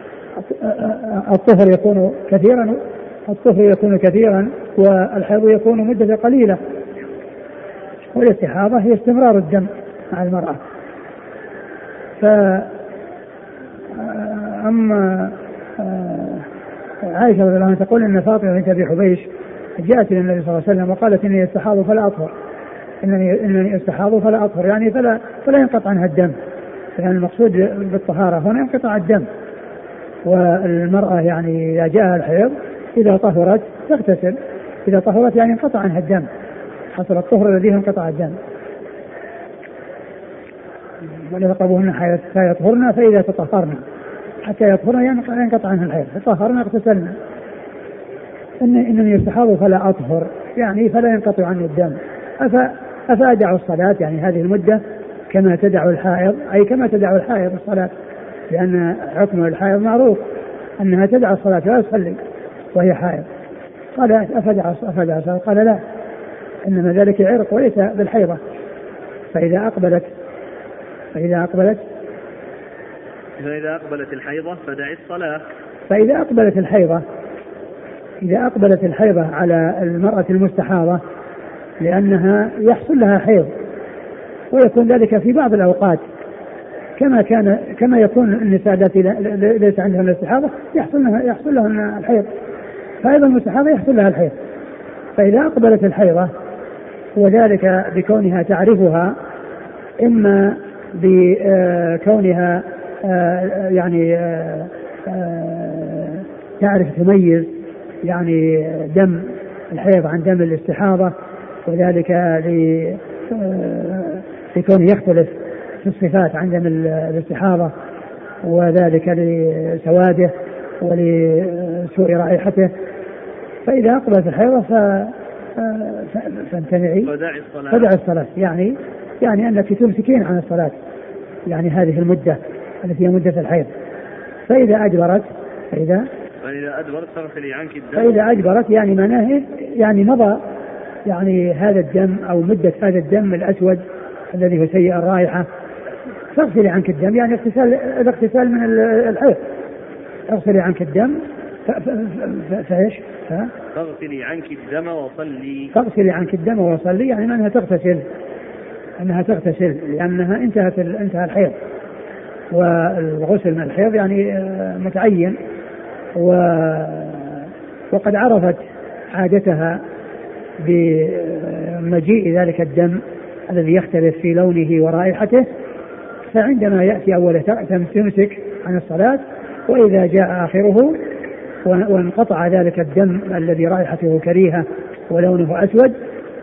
الطهر يكون كثيرا الطهر يكون كثيرا والحيض يكون مدة قليلة، والاستحاضة هي استمرار الدم مع المرأة. فأما عائشة رضي الله عنها تقول إن فاطمة بنت أبي حبيش جاءت إلى النبي صلى الله عليه وسلم وقالت إني استحاض فلا أطهر، إنني إنني استحاض فلا أطهر، يعني فلا فلا ينقطع عنها الدم، يعني المقصود بالطهارة هنا ينقطع الدم. والمرأة يعني إذا جاءها الحيض إذا طهرت تغتسل، إذا طهرت يعني انقطع عنها الدم، حصل الطهر الذي انقطع الدم. وليقربوهن حتى يطهرن فإذا تطهرن، حتى يطهرن يعني ينقطع عنها الحيض، تطهرن اغتسلن. إن إنني يستحاض فلا أطهر يعني فلا ينقطع عني الدم. أفأدع الصلاة يعني هذه المدة كما تدع الحائض، أي كما تدع الحائض الصلاة، لأن حكم الحائض معروف أنها تدع الصلاة لا تصلي وهي حائض. قال أفدع أفدع الصلاة؟ قال لا، إنما ذلك عرق وليس بالحيضة. فإذا أقبلت فإذا أقبلت فإذا أقبلت الحيضة فدع الصلاة. فإذا أقبلت الحيضة إذا أقبلت الحيضة على المرأة المستحاضة، لأنها يحصل لها حيض ويكون ذلك في بعض الأوقات، كما كان كما يكون النساء التي ليس عندهن الاستحاضة يحصل لها يحصل لهن الحيض، فأيضا المستحاضة يحصل لها الحيض. فإذا أقبلت الحيضة وذلك بكونها تعرفها، إما بكونها يعني تعرف تميز يعني دم الحيض عن دم الاستحاضة، وذلك لكونه يختلف في الصفات عن دم الاستحاضة، وذلك لسواده ولسوء رائحته. فإذا أقبلت الحيضة فانتنعي فدع الصلاة، يعني يعني أنك تمسكين عن الصلاة يعني هذه المدة التي هي مدة الحيض. فإذا أجبرت فإذا فإذا أجبرت تغسلي عنك الدم. فإذا أجبرت يعني معناه يعني مضى يعني هذا الدم أو مدة هذا الدم الأسود الذي هو سيء الرائحة، تغسلي عنك الدم يعني اغتسال الاغتسال من الحيض، اغسلي عنك الدم فايش تغسلي عنك الدم وصلي. تغسلي عنك الدم وصلي يعني أنها تغتسل أنها تغتسل لأنها انتهت انتهى الحيض، والغسل من الحيض يعني متعين، وقد عرفت عادتها بمجيء ذلك الدم الذي يختلف في لونه ورائحته، فعندما يأتي أوله تمسك عن الصلاة، وإذا جاء آخره وانقطع ذلك الدم الذي رائحته كريهة ولونه أسود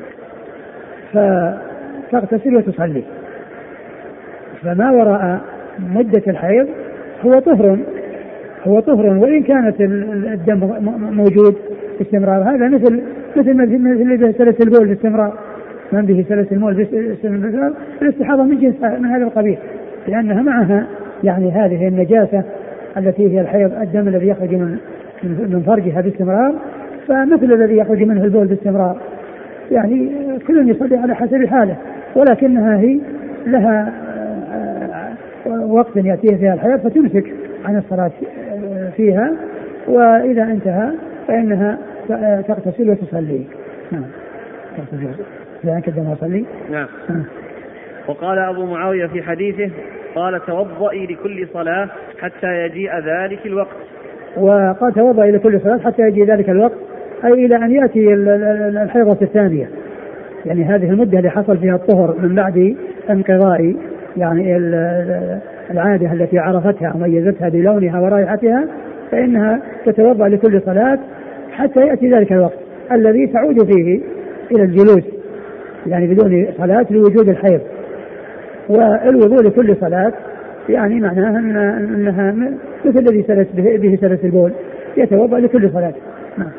فتغتسل وتصلي. فما وراء مدة الحيض هو طهر هو طهر وإن كانت الدم موجود باستمرار. هذا مثل مثل مثل به سلس البول باستمرار، من به سلس المول باستمرار الاستحاضة من جنس من هذا القبيل، لأنها معها يعني هذه النجاسة التي هي الحيض، الدم الذي يخرج من من فرجها باستمرار، فمثل الذي يخرج منه البول باستمرار، يعني كل يصلي على حسب حاله، ولكنها هي لها وقت يأتيه فيها الحيض فتمسك عن الصلاة فيها، وإذا انتهى فإنها تغتسل وتصلي. نعم يعني كده ما صلي. نعم. وقال أبو معاوية في حديثه قال توضئي لكل صلاة حتى يجيء ذلك الوقت. وقال توضئي لكل صلاة حتى يجيء ذلك الوقت، أي إلى أن يأتي الحيضة الثانية، يعني هذه المدة اللي حصل فيها الطهر من بعد انقضاء يعني العادة التي عرفتها وميزتها بلونها ورائحتها، فإنها تتوضأ لكل صلاة حتى يأتي ذلك الوقت الذي تعود فيه إلى الجلوس يعني بدون صلاة لوجود الحيض. والوضوء لكل صلاة يعني معناها أن أنها مثل الذي سلس به, به سلس البول يتوضأ لكل صلاة. نعم.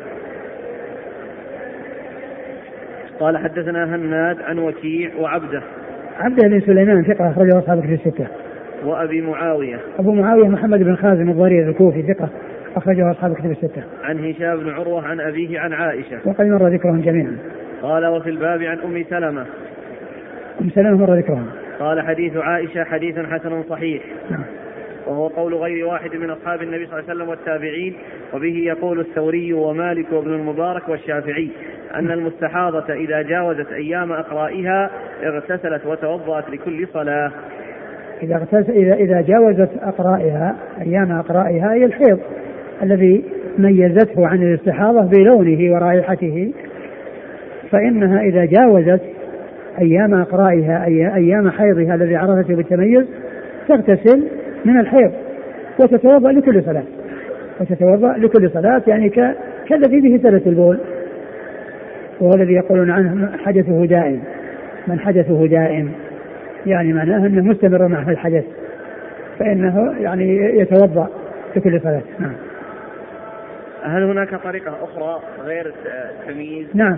قال حدثنا هناد عن وكيع وعبده عبده بن سليمان ثقة أخرجه أصحاب الكتب الستة. وأبي معاوية أبو معاوية محمد بن خازم الضرير الكوفي ثقة أخرجه أصحاب الكتب الستة. عن هشام بن عروة عن أبيه عن عائشة وقد مر ذكرهم جميعا. قال وفي الباب عن أم سلمة أم سلمة مر ذكرهم. قال حديث عائشة حديث حسن صحيح نعم. وهو قول غير واحد من أصحاب النبي صلى الله عليه وسلم والتابعين وبه يقول الثوري ومالك وابن المبارك والشافعي أن المستحاضة إذا جاوزت أيام أقرائها اغتسلت وتوضأت لكل صلاة. إذا, إذا, إذا جاوزت أقرائها أيام أقرائها أي الحيض الذي ميزته عن الاستحاضة بلونه ورائحته فإنها إذا جاوزت أيام أقرائها أي أيام حيضها الذي عرفته بالتميز تغتسل من الحيض وتتوضأ لكل صلاة وتتوضأ لكل صلاة يعني كالذي به سلس البول وهو الذي يقولون عنه حدثه دائم. من حدثه دائم يعني معناه أنه مستمر معه الحدث فإنه يعني يتوضأ لكل صلاة. نعم. هل هناك طريقة أخرى غير التمييز؟ نعم.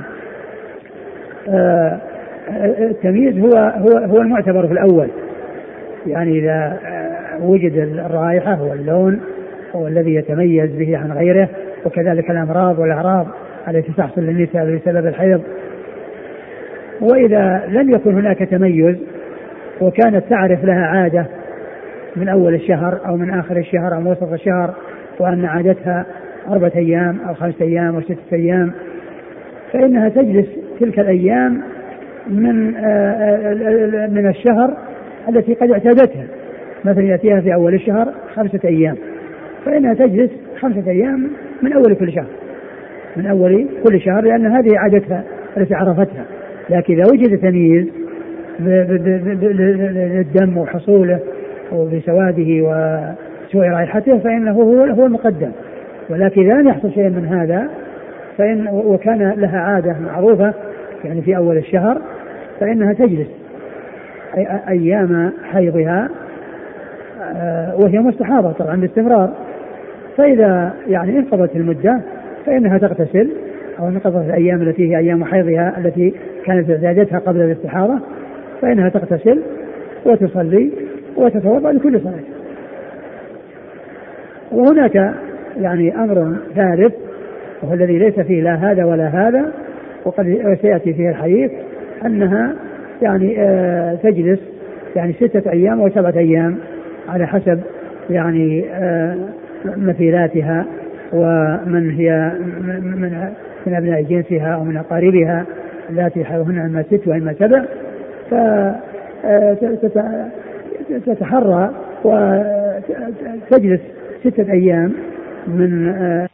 آه التمييز هو هو هو المعتبر في الأول يعني إذا وجد الرائحة واللون هو الذي يتميز به عن غيره وكذلك الأمراض والأعراض التي تحصل للنساء بسبب الحيض. وإذا لم يكن هناك تميز وكانت تعرف لها عادة من أول الشهر أو من آخر الشهر أو من وسط الشهر وأن عادتها أربعة أيام أو خمسة أيام أو ستة أيام فإنها تجلس تلك الأيام من من الشهر التي قد اعتادتها مثلا يأتيها في أول الشهر خمسة أيام فإنها تجلس خمسة أيام من أول كل شهر من أول كل شهر لأن هذه عادتها التي عرفتها. لكن إذا وجد تمييز بالدم وحصوله وبسواده وسوء رائحته فإنه هو هو المقدم. ولكن إذا لم يحصل شيء من هذا فإن وكان لها عادة معروفة يعني في أول الشهر فإنها تجلس أيام حيضها وهي مستحاضة طبعا باستمرار. فإذا يعني انقضت المدة فإنها تغتسل أو انقضت الأيام التي هي أيام حيضها التي كانت اعتادتها قبل الاستحاضة فإنها تغتسل وتصلي وتتوضأ لكل صلاة. وهناك يعني أمر ثالث وهو الذي ليس فيه لا هذا ولا هذا وقد سيأتي فيه الحديث أنها يعني آه تجلس يعني ستة أيام وسبعة أيام على حسب يعني آه مثيلاتها ومن هي من من أبناء جنسها أو من أقاربها التي حيضهن إما ست وإما سبع فتتحرى وتجلس ستة أيام من آه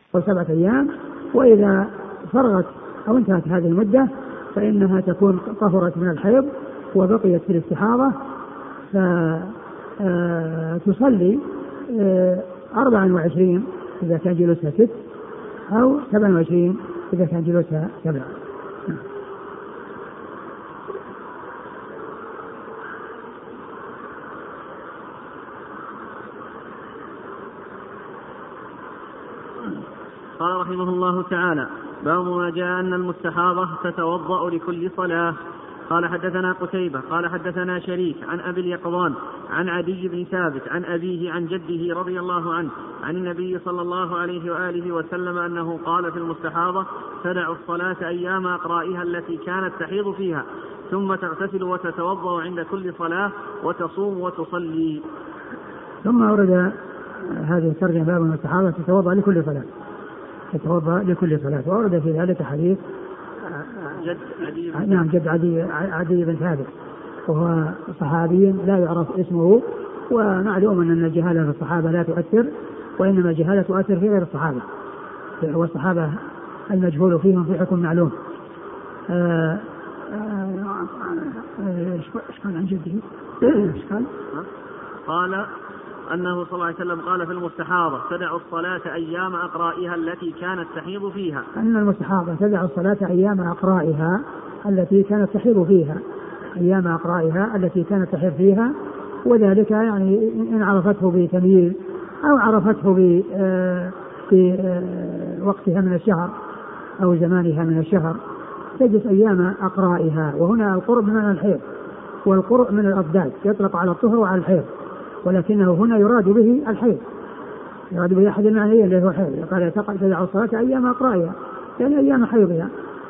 أو سبعة أيام. وإذا فرغت أو انتهت هذه المدة فإنها تكون طهرت من الحيض وبقيت في الاستحاضة، فتصلي أربعا وعشرين إذا كان جلوسها ست، أو سبعا وعشرين إذا كان جلوسها سبع. قال رحمه الله تعالى: باب ما جاء أن المستحاضة تتوضأ لكل صلاة. قال حدثنا قتيبة قال حدثنا شريك عن أبي اليقظان عن عدي بن ثابت عن أبيه عن جده رضي الله عنه عن النبي صلى الله عليه وآله وسلم أنه قال في المستحاضة: تدع الصلاة أيام أقرائها التي كانت تحيض فيها، ثم تغتسل وتتوضأ عند كل صلاة وتصوم وتصلي. ثم أورد هذه الترجمة: باب المستحاضة تتوضأ لكل صلاة، تتوضأ لكل صلاة. وأورد في ذلك حديث جد عدي بن نعم جد عدي, عدي بن ثابت، وهو صحابي لا يعرف اسمه، ومعلوم أن الجهالة في الصحابة لا تؤثر، وإنما الجهالة تؤثر في غير الصحابة، والصحابة المجهول فيهم في حكم معلوم. ايش قال عن جده؟ ايش قال؟ قال أنه صلى الله عليه وسلم قال في المستحاضة: تدع الصلاة أيام أقرائها التي كانت تحيض فيها. أن المستحاضة تدع الصلاة أيام أقرائها التي كانت تحيض فيها، أيام أقرائها التي كانت تحيض فيها، وذلك يعني إن عرفته بتمييز أو عرفته في وقتها من الشهر أو زمانها من الشهر تجلس أيام أقرائها. وهنا القرء بمعنى الحيض، والقرء من الأضداد يطلق على الطهر وعلى الحيض، ولكنه هنا يراد به الحيض، يراد به أحد المعنيين اللي هو حيض. قال: تدع الصلاة أيام أقرائها، يعني أيام حيضها.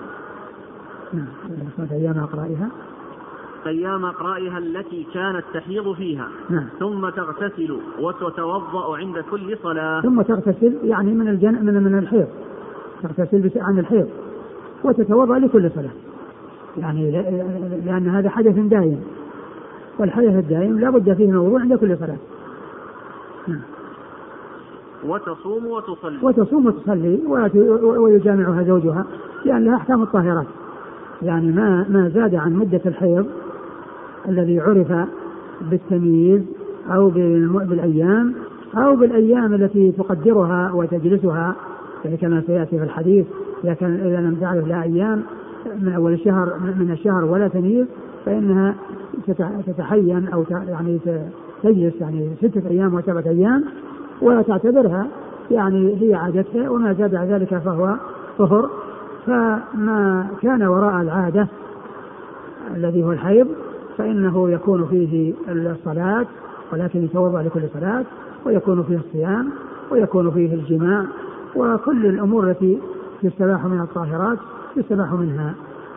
أيام أقرائها أيام أقرائها التي كانت تحيض فيها. نعم. ثم تغتسل وتتوضأ عند كل صلاة. ثم تغتسل يعني من الجن من من الحيض، تغتسل عن الحيض وتتوضأ لكل صلاة، يعني لأن هذا حدث دائم، والحدث الدائم لا بد فيه من الوضوء عند كل صلاة. نعم. وتصوم وتصلي وتصوم وتصلي ويجامعها زوجها، لأن لها أحكام الطاهرات، يعني ما ما زاد عن مدة الحيض الذي عرف بالتمييز أو بالأيام أو بالأيام التي تقدرها وتجلسها، يعني كما سيأتي في الحديث: إذا كان إذا لم تعرف لا أيام من أول الشهر من الشهر ولا تمييز فإنها تتحين أو يعني تجلس يعني ستة أيام وسبعة أيام وتعتبرها يعني هي عادتها، وما زاد على ذلك فهو طهر. فما كان وراء العادة الذي هو الحيض فإنه يكون فيه الصلاة، ولكن يتوضأ لكل صلاة، ويكون فيه الصيام، ويكون فيه الجماع، وكل الأمور التي يستباح من الطاهرات يستباح منها.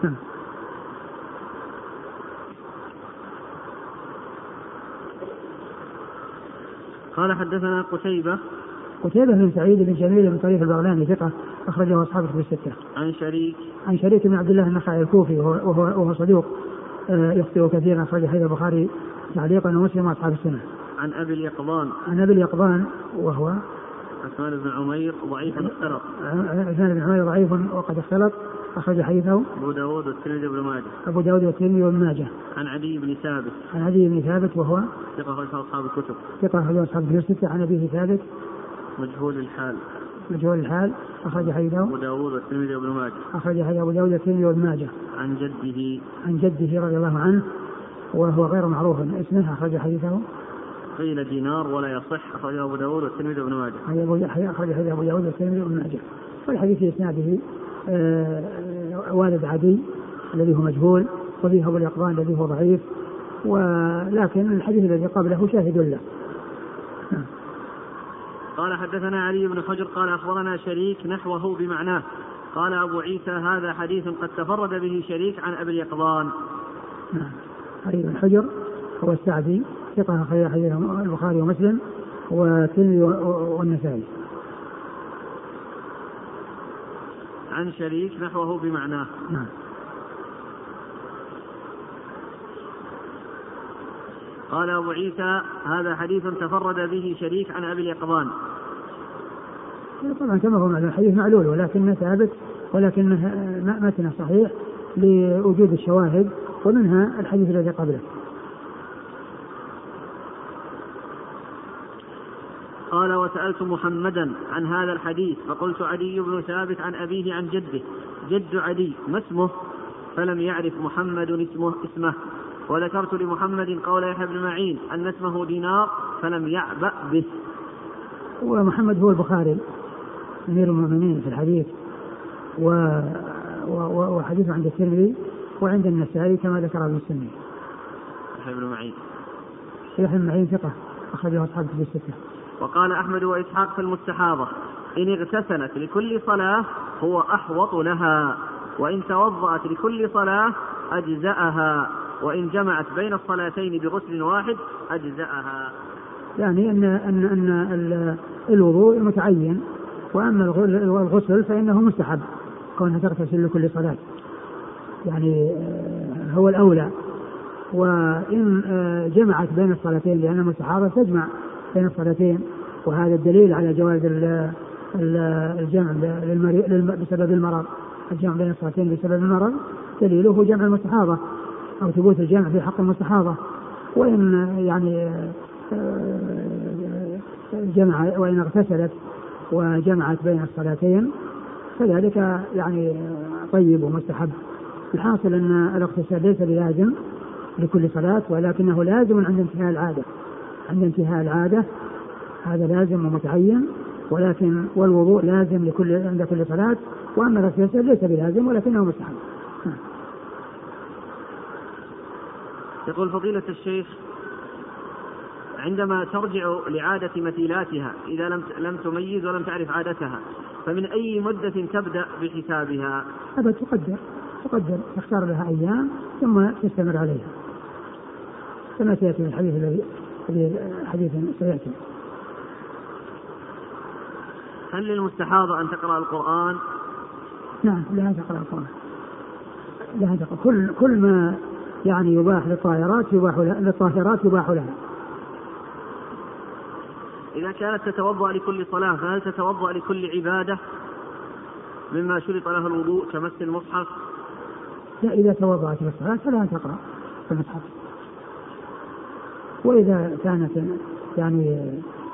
قال حدثنا قتيبة قتيبة بن سعيد بن جميل بن طريف البغلاني ثقة أخرجه أصحاب الكتب الستة. عن شريك عن شريك بن عبد الله النخعي الكوفي وهو, وهو صدوق يخطئ كثيرا، أخرج حديث البخاري تعليقا ومسلم وأصحاب السنة. عن أبي اليقظان عن أبي اليقظان وهو عثمان بن عمير ضعيف اختلط عثمان بن عمير ضعيف وقد اختلط، أخرج حديثه أبو داود والترمذي وابن ماجه أبو داود والترمذي وابن ماجه. عن عدي بن ثابت عن عدي بن ثابت وهو ثقة أخرج أصحاب الكتب ثقة أخرج أصحاب الكتب الستة. عن أبيه ثابت مجهول الحال مجهول الحال أخرج حديثه أبو داود والترمذي وابن ماجه. أخرج حديث أبو داود والترمذي وابن ماجه. عن جده عن جده رضي الله عنه وهو غير معروف اسمه، أخرج حديثه قيل دينار ولا يصح، أخرج أبو داود والترمذي وابن ماجه. أخرج حديث أبو داود والترمذي وابن ماجه. والحديث في إسناده والد عدي الذي هو مجهول، وفيه أبو اليقظان الذي هو ضعيف، ولكن الحديث الذي قبله شاهد له. قال حدثنا علي بن حجر قال أخبرنا شريك نحوه بمعناه. قال أبو عيسى: هذا حديث قد تفرد به شريك عن أبي اليقظان. علي بن حجر هو السعدي ثقة أخرج حديث البخاري ومسلم والترمذي والنسائي. عن شريك نحوه بمعناه. نعم. قال أبو عيسى: هذا حديث تفرد به شريك عن أبي اليقظان. طبعا كما هو معلوم الحديث معلول ولكنه ثابت ولكنه متنه صحيح لوجود الشواهد ومنها الحديث الذي قبله. قال وسألت محمدا عن هذا الحديث فقلت عدي بن ثابت عن أبيه عن جده جد عدي ما اسمه؟ فلم يعرف محمد اسمه, اسمه وذكرت لمحمد قول يحيى بن معين أن اسمه دينار فلم يعبأ به. ومحمد هو البخاري أمير المؤمنين في الحديث و... و... وحديثه عند الترمذي وعند النسائي كما ذكر ابن السني. يحيى بن معين يحيى بن معين ثقة أخرجه أصحاب في الستة. وقال أحمد وإسحاق في المستحاضة إن اغتسلت لكل صلاة هو أحوط لها وإن توضأت لكل صلاة أجزأها وإن جمعت بين الصلاتين بغسل واحد أجزأها. يعني أن, أن, أن الوضوء متعين وأما الغسل فإنه مستحب كونها تغتسل لكل صلاة يعني هو الأولى. وإن جمعت بين الصلاتين لأن المستحاضة تجمع بين الصلاتين وهذا الدليل على جواز الجمع بسبب المرض. الجمع بين الصلاتين بسبب المرض دليله جمع المستحاضة أو ثبوت الجمع في حق المستحاضة. وإن يعني جمع وإن اغتسلت وجمعت بين الصلاتين فذلك يعني طيب ومستحب. الحاصل أن الاغتسال ليس بلازم لكل صلاة ولكنه لازم عند انتهاء العادة. عند انتهاء العادة هذا لازم ومتعين ولكن والوضوء لازم لكل عند كل صلاة وأما الاغتسال ليس بلازم ولكنه مستحب. يقول فضيلة الشيخ عندما ترجع لعادة مثيلاتها إذا لم لم تميز ولم تعرف عادتها فمن أي مدة تبدأ بحسابها؟ هذا تقدر تقدر تختار لها أيام ثم تستمر عليها كما سيأتي الحديث الذي حديث سيأتي. هل للمستحاضة أن تقرأ القرآن؟ نعم لها تقرأ القرآن لها تقرأ كل كل ما يعني يباح للطاهرات يباح لها للطاهرات يباح لها. إذا كانت تتوضأ لكل صلاة فهل تتوضأ لكل عبادة مما شرط لها الوضوء كمس المصحف؟ لا إذا توضأت للصلاة فلا تقرأ في المصحف. وإذا كانت يعني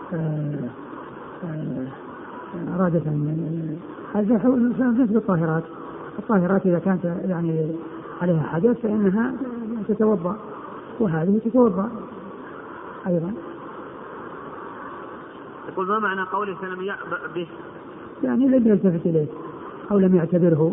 أرادت هذا مثل الطاهرات الطاهرات إذا كانت يعني عليها حدث فإنها تتوضأ وهذه تتوضأ أيضا. يقول ما معنى قوله فلم يعبأ به؟ يعني لم يلتفت إليه أو لم يعتبره.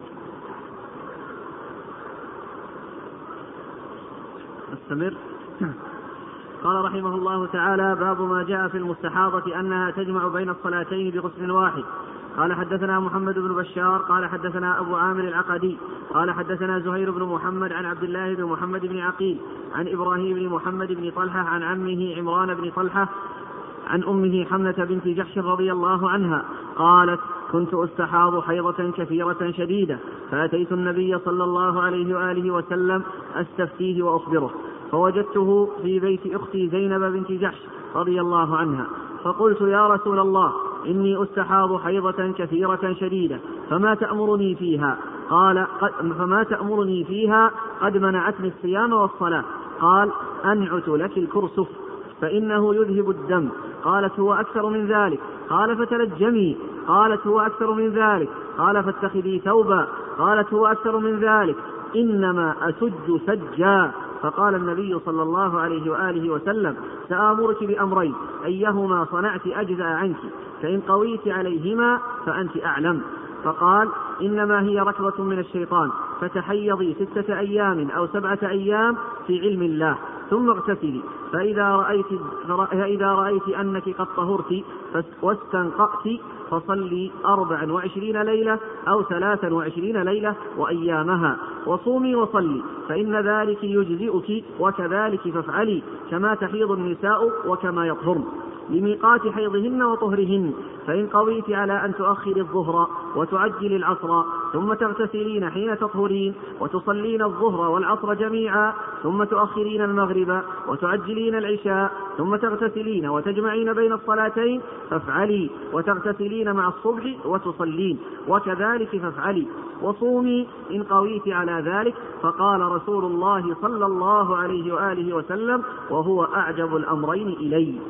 استمر. نعم. قال رحمه الله تعالى باب ما جاء في المستحاضة أنها تجمع بين الصلاتين بغسل واحد. قال حدثنا محمد بن بشار قال حدثنا أبو عامر العقدي قال حدثنا زهير بن محمد عن عبد الله بن محمد بن عقيل عن إبراهيم بن محمد بن طلحة عن عمه عمران بن طلحة عن أمه حملة بنت جحش رضي الله عنها قالت كنت أستحاض حيضة كثيرة شديدة فأتيت النبي صلى الله عليه وآله وسلم أستفتيه وأخبره فوجدته في بيت أختي زينب بنت جحش رضي الله عنها فقلت يا رسول الله إني أستحاض حيضة كثيرة شديدة فما تأمرني فيها؟ قال فما تأمرني فيها قد منعتني الصيام والصلاة. قال أنعت لك الكرسف فإنه يذهب الدم. قالت هو أكثر من ذلك. قال فتلجمي. قالت هو أكثر من ذلك. قال فاتخذي ثوبا. قالت هو أكثر من ذلك. إنما أسج سجا. فقال النبي صلى الله عليه وآله وسلم سآمرك بأمرين أيهما صنعت أجزأ عنك فإن قويت عليهما فأنت أعلم. فقال إنما هي ركضة من الشيطان فتحيضي ستة أيام أو سبعة أيام في علم الله ثم اغتسلي فإذا رأيت, فإذا رأيت أنك قد طهرت واستنقأت فصلي أربعا وعشرين ليلة أو ثلاثا وعشرين ليلة وأيامها وصومي وصلي فإن ذلك يجزئك وكذلك فافعلي كما تحيض النساء وكما يطهرن لميقات حيضهن وطهرهن فإن قويت على أن تؤخر الظهر وتعجل العصر ثم تغتسلين حين تطهرين وتصلين الظهر والعصر جميعا ثم تؤخرين المغرب وتعجلين العشاء ثم تغتسلين وتجمعين بين الصلاتين فافعلي وتغتسلين وتغتسلين مع الصبح وتصلين وكذلك فافعلي وصومي إن قويت على ذلك. فقال رسول الله صلى الله عليه وآله وسلم وهو أعجب الأمرين إلي.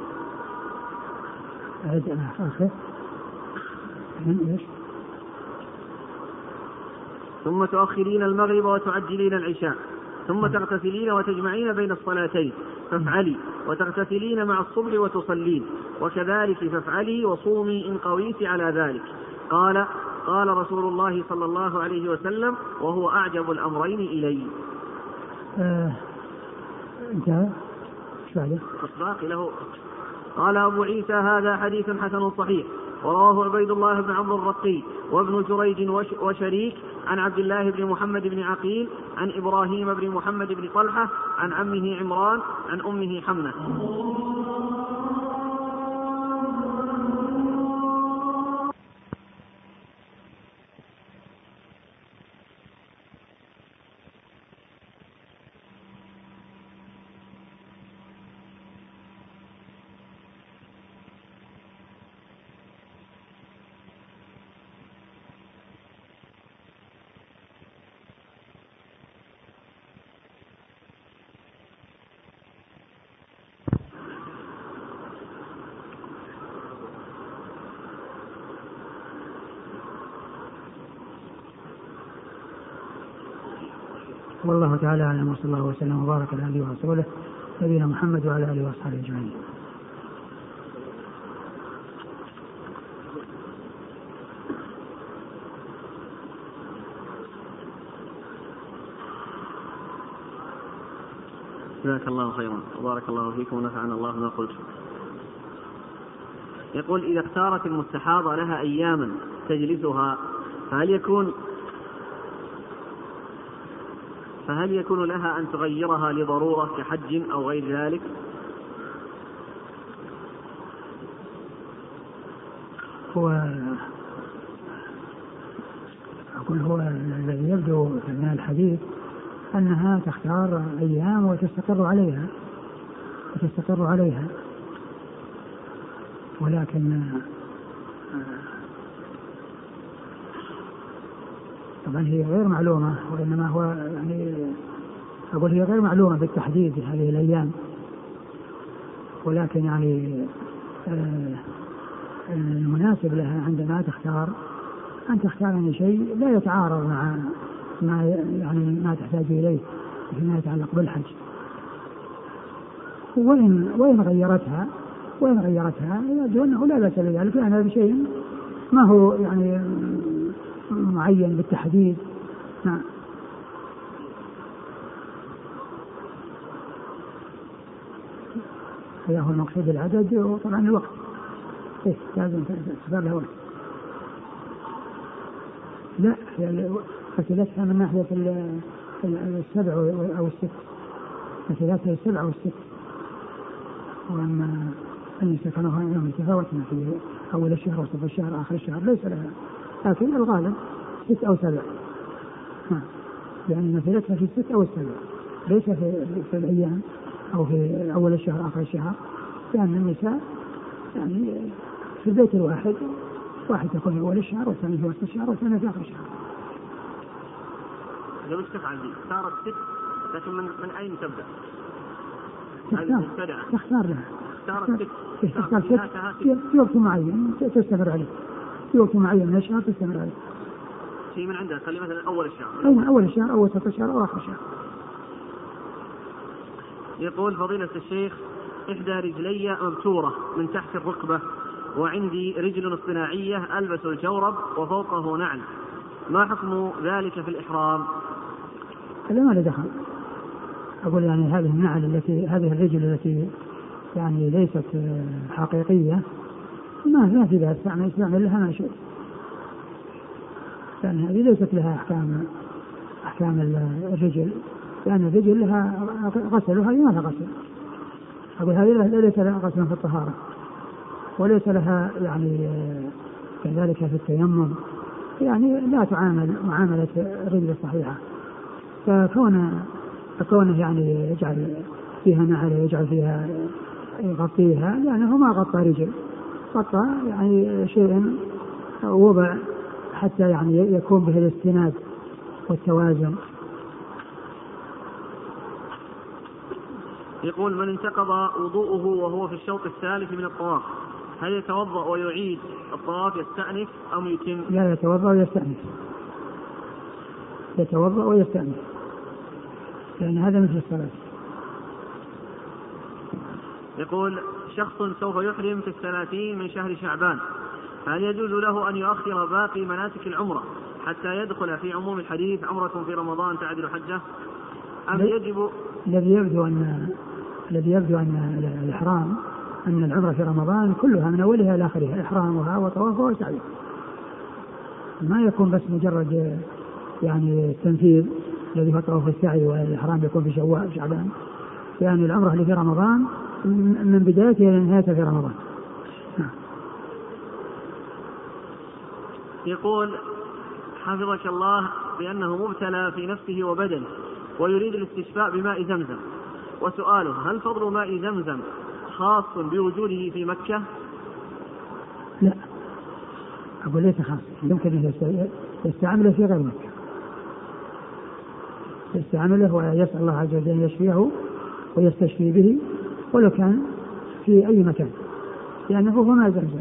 ثم تؤخرين المغرب وتعجلين العشاء ثم تغتسلين وتجمعين بين الصلاتين فافعلي وتغتسلين مع الصبح وتصلين وكذلك فافعلي وصومي إن قويت على ذلك. قال قال رسول الله صلى الله عليه وسلم وهو أعجب الأمرين إلي. آه. انتهى له. قال أبو عيسى هذا حديث حسن صحيح ورواه عبيد الله بن عمرو الرقي وابن جريج وشريك عن عبد الله بن محمد بن عقيل عن إبراهيم بن محمد بن طلحة عن عمه عمران عن أمه حمنة. والله تعالى أعلم وصلى الله وسلم وبارك على نبينا ورسوله نبينا محمد وعلى آله وأصحابه أجمعين. جزاك الله خيرا وبارك الله فيكم ونفعنا الله ما قلت. يقول إذا اختارت المستحاضة لها أياما تجلسها فهل يكون فهل يكون لها أن تغيرها لضرورة كحج أو غير ذلك؟ هو أقول هو الذي يبدو من الحديث أنها تختار أيام وتستقر عليها وتستقر عليها ولكن طبعا هي غير معلومة وإنما هو يعني أقول هي غير معلومة بالتحديد هذه الأيام ولكن يعني المناسب لها عندما تختار أن تختار يعني شيء لا يتعارض مع ما يعني ما تحتاج إليه فيما يتعلق بالحج. وإن وإن غيرتها وإن غيرتها يبدو أنه لا بأس بذلك لأن هذا شيء ما هو يعني معين بالتحديد. نعم. هذا هو المقصود العدد وطبعا الوقت إيه لازم تصبر له وقت. لا فتلتها من ناحية السبع أو الست فتلتها السبع أو الست وأما النساء كانوا يوم يتفاوتنا في أول الشهر وسط الشهر آخر الشهر ليس لها لكن الغالب ست أو سبع لأن مثلتها في الست أو السبع ليس في, في الأيام أو في أول الشهر آخر الشهر لأن النساء يعني في البيت الواحد واحد يكون في أول الشهر والثاني في وسط الشهر والثاني في آخر الشهر. لو تفعل دي صارت ست لكن من, من أين تبدأ؟ تختار تختار لها صارت ست تختار ست في وقت معين تستمر عليه في وقت معين من الشهر تستمر عليه شيء من عندها خلي مثلا أول الشهر أو أول الشهر أو وسط الشهر أو آخر الشهر. يقول فضيلة الشيخ إحدى رجلي مبتورة من تحت الركبة وعندي رجل اصطناعية ألبس الجورب وفوقه نعل ما حكم ذلك في الإحرام؟ هذا ما له دخل. أقول يعني هذه النعل التي هذه الرجل التي يعني ليست حقيقية ما ما في لها استعمل استعمل لها ما شئت لأن هذه ليست لها أحكام أحكام الرجل لأن الرجل لها غسل وهذه ما لها غسل. أقول هذه ليس لها غسل في الطهارة وليس لها يعني كذلك في التيمم يعني لا تعامل معاملة الرجل الصحيحة. فكون فكونه يعني يجعل فيها نعل يجعل فيها يغطيها لأنه ما غطى رجل غطى يعني شيء وضع حتى يعني يكون به الاستناد والتوازن. يقول: من انتقض وضوءه وهو في الشوط الثالث من الطواف هل يتوضأ ويعيد الطواف يستأنف أم يتم؟ لا، يتوضأ ويستأنف، يتوضأ ويستأنف، لأن هذا مثل الصلاة. يقول: شخص سوف يحرم في الثلاثين من شهر شعبان، هل يجوز له أن يؤخر باقي مناسك العمرة حتى يدخل في عموم الحديث عمرة في رمضان تعدل حجة، أم يجب؟ الذي يبدو أن الذي يبدو أن الإحرام أن العمرة في رمضان كلها من أولها إلى آخرها إحرامها وطوافها وسعيها، ما يكون بس مجرد يعني التنفيذ الذي هو طواف السعي، والإحرام يكون في شوال شعبان، يعني العمرة اللي في رمضان من بدايتها إلى نهايتها في رمضان. يقول: حفظك الله بأنه مبتلى في نفسه وبدنه ويريد الاستشفاء بماء زمزم، وسؤاله: هل فضل ماء زمزم خاص بوجوده في مكة؟ لا، أقول ليس خاص، يمكن يستعمله في غير مكة، يستعمله ويسأل الله عز وجل يشفيه ويستشفي به ولو كان في أي مكان، لأنه هو ماء زمزم.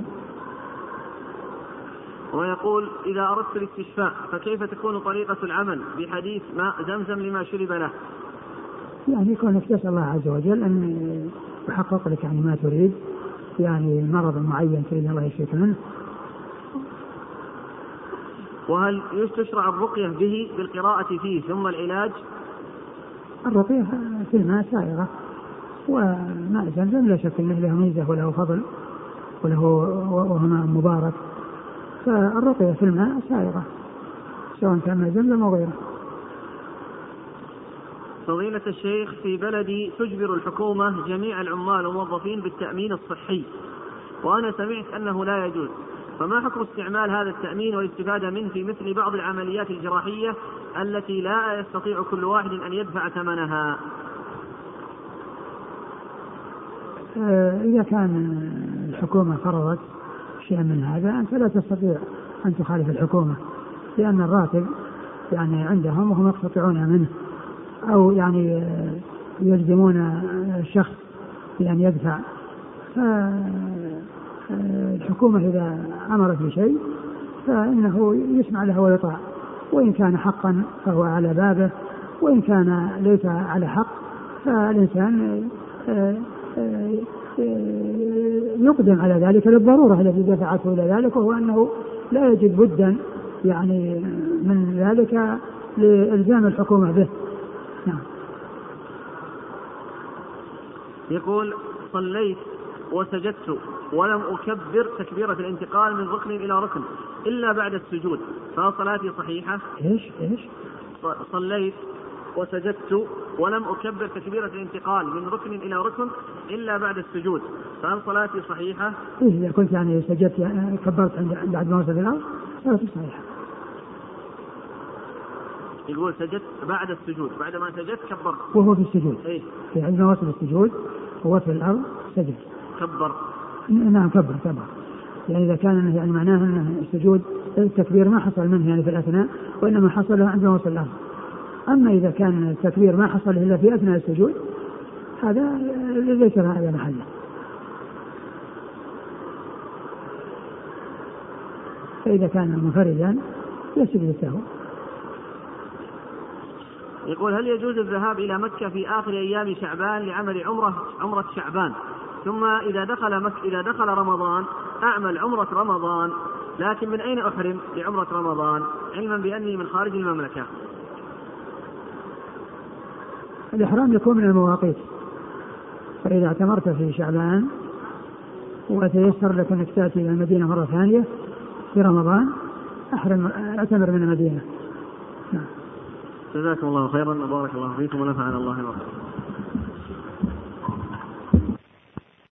ويقول: إذا أردت الاستشفاء فكيف تكون طريقة العمل بحديث ماء زمزم لما شرب له؟ يعني يكونك تسأل الله عز وجل أن يحقق لك يعني ما تريد، يعني مرض معين تريد الله يشفيك منه. وهل تشرع الرقية به بالقراءة فيه ثم العلاج؟ الرقية في الماء سائغة، وماء زمزم لا شك أنه له ميزة وله فضل وله وهو ماء مبارك، فالرقية في الماء سائغة سواء كان ماء زمزم أو غيره. فضيلة الشيخ، في بلدي تجبر الحكومة جميع العمال والموظفين بالتأمين الصحي، وأنا سمعت أنه لا يجوز، فما حكم استعمال هذا التأمين والاستفادة منه في مثل بعض العمليات الجراحية التي لا يستطيع كل واحد أن يدفع ثمنها؟ إذا كان الحكومة فرضت شيء من هذا أنت لا تستطيع أن تخالف الحكومة، لأن الراتب يعني عندهم وهم يستطيعون منه، أو يعني يلزمون الشخص بأن يدفع. فالحكومة إذا أمرت بشيء فإنه يسمع له ويطاع، وإن كان حقا فهو على بابه، وإن كان ليس على حق فالإنسان يقدم على ذلك للضرورة التي دفعته إلى ذلك، وهو أنه لا يجد بدا يعني من ذلك لإلزام الحكومة به. نعم. يقول: صليت وسجدت ولم أكبر تكبيرة الانتقال من ركن إلى ركن إلا بعد السجود، فصلاتي صحيحة؟ إيش إيش؟ صليت وسجدت ولم أكبر تكبيرة الانتقال من ركن إلى ركن إلا بعد السجود، فهل صلاتي صحيحة؟ إيه، إذا كنت يعني سجدت يعني كبرت بعد ما وصل الأرض صلاتي صحيحة. يقول: سجدت بعد السجود، بعد ما سجدت كبرت وهو في السجود. إيه؟ في عندما وصل السجود هو في الأرض سجد كبر. نعم كبر كبر، يعني إذا كان يعني معناه أن السجود التكبير ما حصل منه يعني في الأثناء، وإنما حصل عندما وصل الأرض. أما إذا كان التكبير ما حصل إلا في أثناء السجود هذا ليس هذا محله. فإذا كان منفردا يسجد للسهو. يقول: هل يجوز الذهاب إلى مكة في آخر أيام شعبان لعمل عمرة عمرة شعبان، ثم إذا دخل مكة إذا دخل رمضان أعمل عمرة رمضان، لكن من أين أحرم لعمرة رمضان علما بأني من خارج المملكة؟ الإحرام يكون من المواقيت، فإذا اعتمرت في شعبان وتيسر لك أنك تأتي إلى المدينة مرة ثانية في رمضان أحرم اعتمر من المدينة. جزاكم الله خيرا وبارك الله فيكم ونفعنا الله وبركاته.